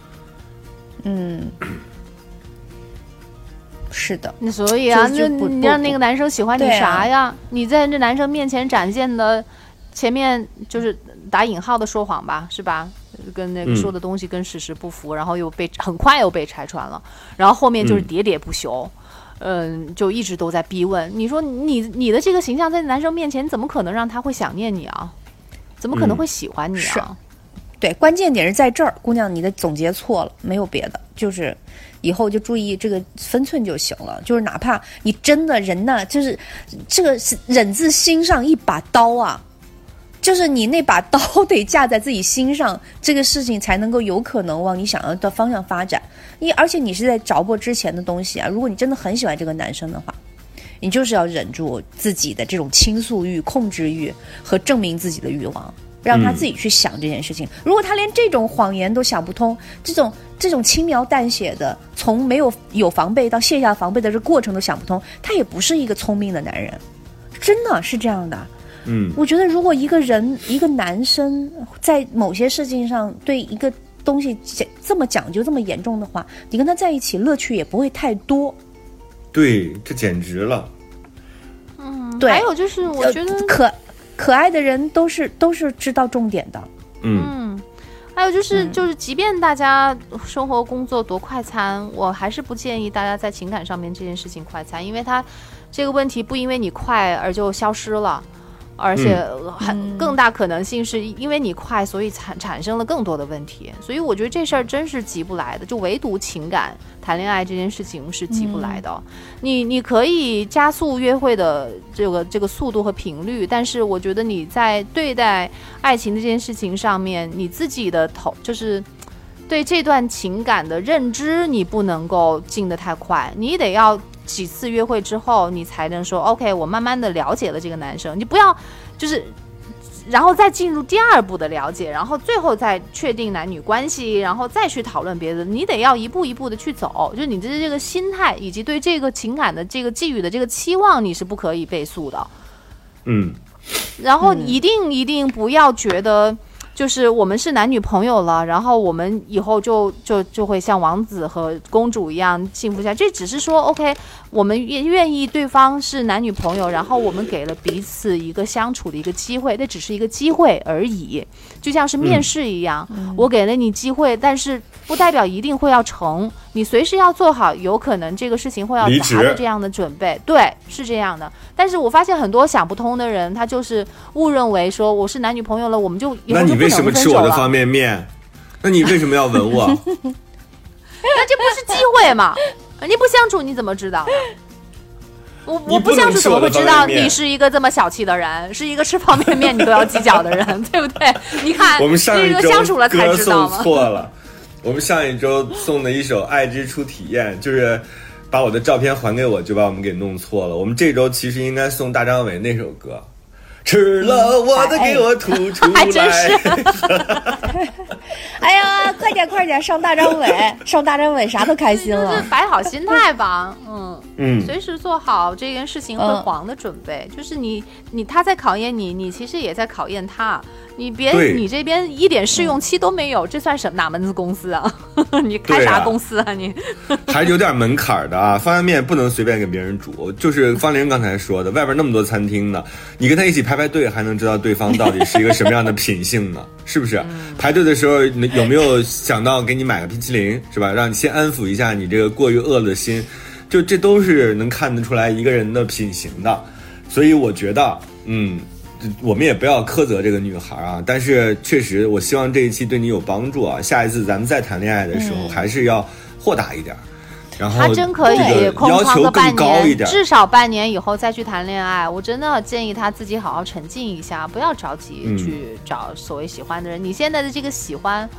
Speaker 1: 是的。
Speaker 4: 所以啊，那你让那个男生喜欢你啥呀？你在这男生面前展现的，前面就是打引号的说谎吧，是吧？跟那个说的东西跟事实不符，然后很快又被拆穿了，然后后面就是喋喋不休。就一直都在逼问。你说你的这个形象在男生面前，怎么可能让他会想念你啊？怎么可能会喜欢你啊？
Speaker 1: 对，关键点是在这儿，姑娘，你的总结错了，没有别的，就是以后就注意这个分寸就行了。就是哪怕你真的人呢，就是这个是忍字心上一把刀啊。就是你那把刀得架在自己心上，这个事情才能够有可能往你想要的方向发展。而且你是在着迫之前的东西啊。如果你真的很喜欢这个男生的话，你就是要忍住自己的这种倾诉欲、控制欲和证明自己的欲望，让他自己去想这件事情。如果他连这种谎言都想不通，这种轻描淡写的从没有防备到卸下防备的这过程都想不通，他也不是一个聪明的男人，真的是这样的。我觉得如果一个男生在某些事情上对一个东西这么讲究这么严重的话，你跟他在一起乐趣也不会太多。
Speaker 3: 对，这简直了。
Speaker 1: 对。
Speaker 4: 还有就是我觉得
Speaker 1: 可爱的人都是知道重点的。
Speaker 4: 还有就是即便大家生活工作多快餐，我还是不建议大家在情感上面这件事情快餐，因为他这个问题不因为你快而就消失了，而且更大可能性是因为你快，所以产生了更多的问题。所以我觉得这事儿真是急不来的，就唯独情感谈恋爱这件事情是急不来的。你可以加速约会的这个速度和频率，但是我觉得你在对待爱情这件事情上面，你自己的就是对这段情感的认知，你不能够进得太快，你得要几次约会之后，你才能说 OK， 我慢慢的了解了这个男生。你不要就是然后再进入第2步的了解，然后最后再确定男女关系，然后再去讨论别的。你得要一步一步的去走，就是你的这个心态以及对这个情感的这个寄予的这个期望，你是不可以背诉的。然后一定不要觉得就是我们是男女朋友了，然后我们以后就会像王子和公主一样幸福下去。这只是说 OK， 我们愿意对方是男女朋友，然后我们给了彼此一个相处的一个机会，那只是一个机会而已，就像是面试一样，我给了你机会，但是不代表一定会要成，你随时要做好有可能这个事情会要砸的这样的准备。对，是这样的。但是我发现很多想不通的人，他就是误认为说我是男女朋友了，我们就以后就不能分手了。
Speaker 3: 那你为什么吃我的方便面？那你为什么要吻我？
Speaker 4: 那这不是机会嘛？你不相处你怎么知道？我不相处怎么会知道你是一个这么小气的人，是一个吃方便面你都要计较的人，对不对？你看，
Speaker 3: 我们上一周
Speaker 4: 相处了才知道吗？
Speaker 3: 错了，我们上一周送的一首《爱之初体验》，就是把我的照片还给我，就把我们给弄错了。我们这周其实应该送大张伟那首歌。吃了我的给我吐出来，
Speaker 4: 还真是。
Speaker 1: 哎呀，快点上大张伟，啥都开心了。
Speaker 4: 就是摆好心态吧，随时做好这件事情会黄的准备。就是他在考验你，你其实也在考验他。你这边一点试用期都没有，这算哪门子公司啊？你开啥公司啊你？
Speaker 3: 还有点门槛的啊！方便面不能随便给别人煮，就是方玲刚才说的，外边那么多餐厅呢，你跟他一起排队，还能知道对方到底是一个什么样的品性呢？是不是？排队的时候有没有想到给你买个冰淇淋，是吧？让你先安抚一下你这个过于饿的心，就这都是能看得出来一个人的品行的。所以我觉得，我们也不要苛责这个女孩啊，但是确实，我希望这一期对你有帮助啊。下一次咱们再谈恋爱的时候，还是要豁达一点。然后
Speaker 4: 他真可以空窗个半
Speaker 3: 年，
Speaker 4: 至少半年以后再去谈恋爱。我真的建议他自己好好沉浸一下，不要着急去找所谓喜欢的人。你现在的这个喜欢，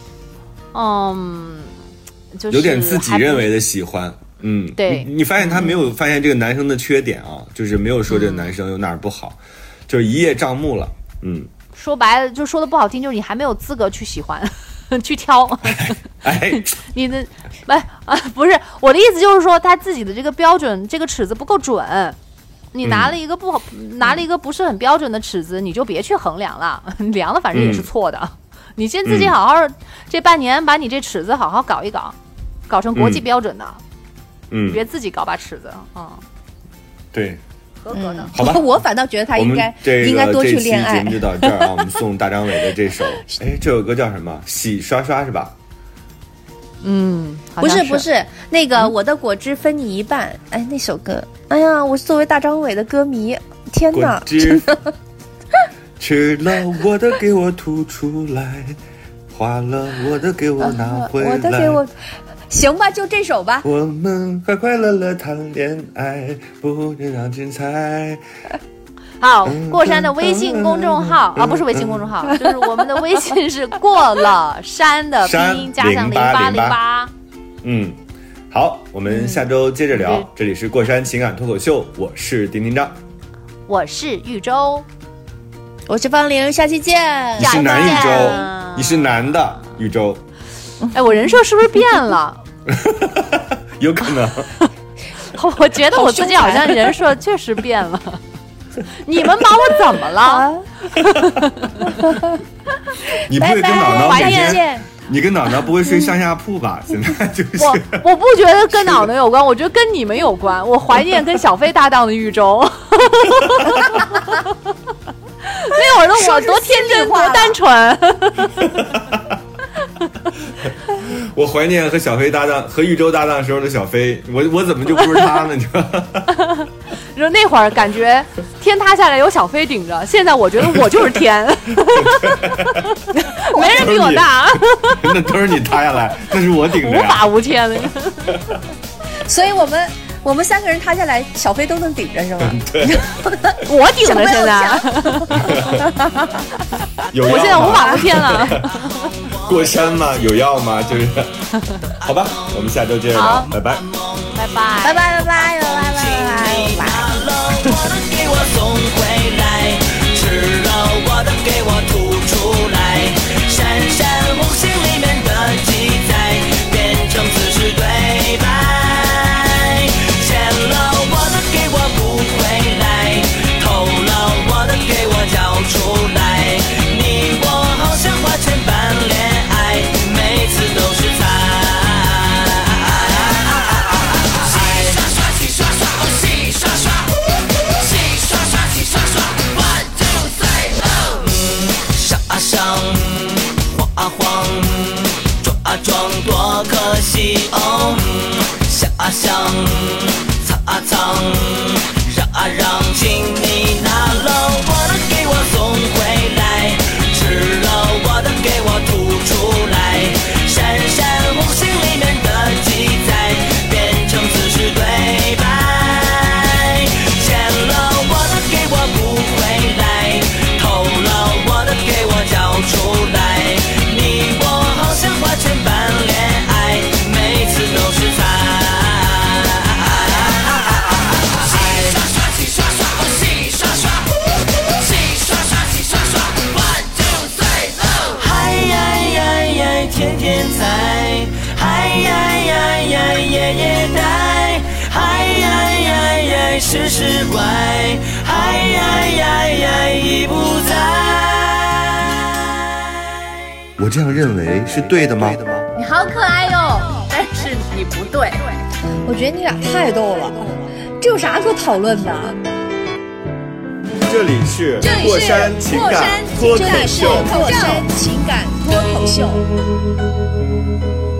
Speaker 4: 就是
Speaker 3: 有点自己认为的喜欢。对，你发现他没有发现这个男生的缺点啊，就是没有说这个男生有哪儿不好。就是一叶障目了，
Speaker 4: 说白了，就说的不好听，就是你还没有资格去喜欢，去挑。你的不是我的意思，就是说他自己的这个标准，这个尺子不够准。你拿了一个不是很标准的尺子，你就别去衡量了，量了反正也是错的。你先自己好好这半年把你这尺子好好搞一搞，搞成国际标准的。你别自己搞把尺子
Speaker 3: 对。
Speaker 4: 合格的，
Speaker 3: 好吧，
Speaker 1: 我反倒觉得他应该多去恋爱。
Speaker 3: 这期节目就到这儿啊，我们送大张伟的这首，这首歌叫什么？洗刷刷是吧？
Speaker 1: 不是，那个我的果汁分你一半，那首歌，哎呀，我作为大张伟的歌迷，天哪，真的，
Speaker 3: 吃了我的给我吐出来，花了我的给我拿回来，
Speaker 1: 我的给我。行吧，就这首吧。
Speaker 3: 我们快快乐乐谈恋爱，不能让精彩。
Speaker 4: 好，过山的微信公众号不是微信公众号，就是我们的微信是过了山的拼音加上0808。
Speaker 3: 好，我们下周接着聊。这里是过山情感脱口秀，我是丁丁张，
Speaker 4: 我是玉州，
Speaker 1: 我是方玲，下期见。
Speaker 3: 你是男玉州，你是男的玉州。
Speaker 4: 我人设是不是变了？
Speaker 3: 有可能。
Speaker 4: 我觉得我自己好像人设确实变了。你们把我怎么了？
Speaker 3: 你不会跟脑脑每天，你跟脑脑不会睡上下铺吧？现在就是。
Speaker 4: 我不觉得跟脑脑有关，我觉得跟你们有关。我怀念跟小飞搭档的玉州。那会儿的我多天真多单纯。
Speaker 3: 我怀念和小飞搭档、和玉州搭档时候的小飞，我怎么就不是他呢？你说，
Speaker 4: 就那会儿感觉天塌下来有小飞顶着，现在我觉得我就是天，没人比我大。
Speaker 3: 那都是你塌下来，那是我顶着呀，
Speaker 4: 无法无天的。
Speaker 1: 所以我们三个人塌下来，小飞都能顶着是吗？
Speaker 3: 对，
Speaker 4: 我顶着现在。我现在无法无天了。
Speaker 3: 过山吗？有药吗？就是，好吧，我们下周接着聊，拜拜，
Speaker 4: 拜拜，
Speaker 1: 拜拜，拜拜，拜拜，拜拜。
Speaker 5: 给我送回来，吃了我的给我吐出来，闪闪红星里面的记载变成此时对白，欠了我的给我补回来，偷了我的给我交出来，你我好像花钱办恋爱，每次都是菜，洗刷刷洗刷刷。 想藏啊藏，让啊让，请你拿了我的给我送回来，吃了我的给我吐出来，闪闪红星里面的记载变成姿势对白，欠了我的给我补回来，偷了我的给我交出来，你我好像花钱办恋爱，每次都是猜。天天猜，嗨呀呀呀，夜夜待，嗨呀呀呀，时时怪，嗨呀呀呀，已不在。
Speaker 3: 我这样认为是对的吗？
Speaker 2: 你好可爱哟，但是你不对。
Speaker 1: 我觉得你俩太逗了，这有啥可讨论的？
Speaker 3: 这里是过山情感脱口秀。
Speaker 1: 过山情感脱口秀。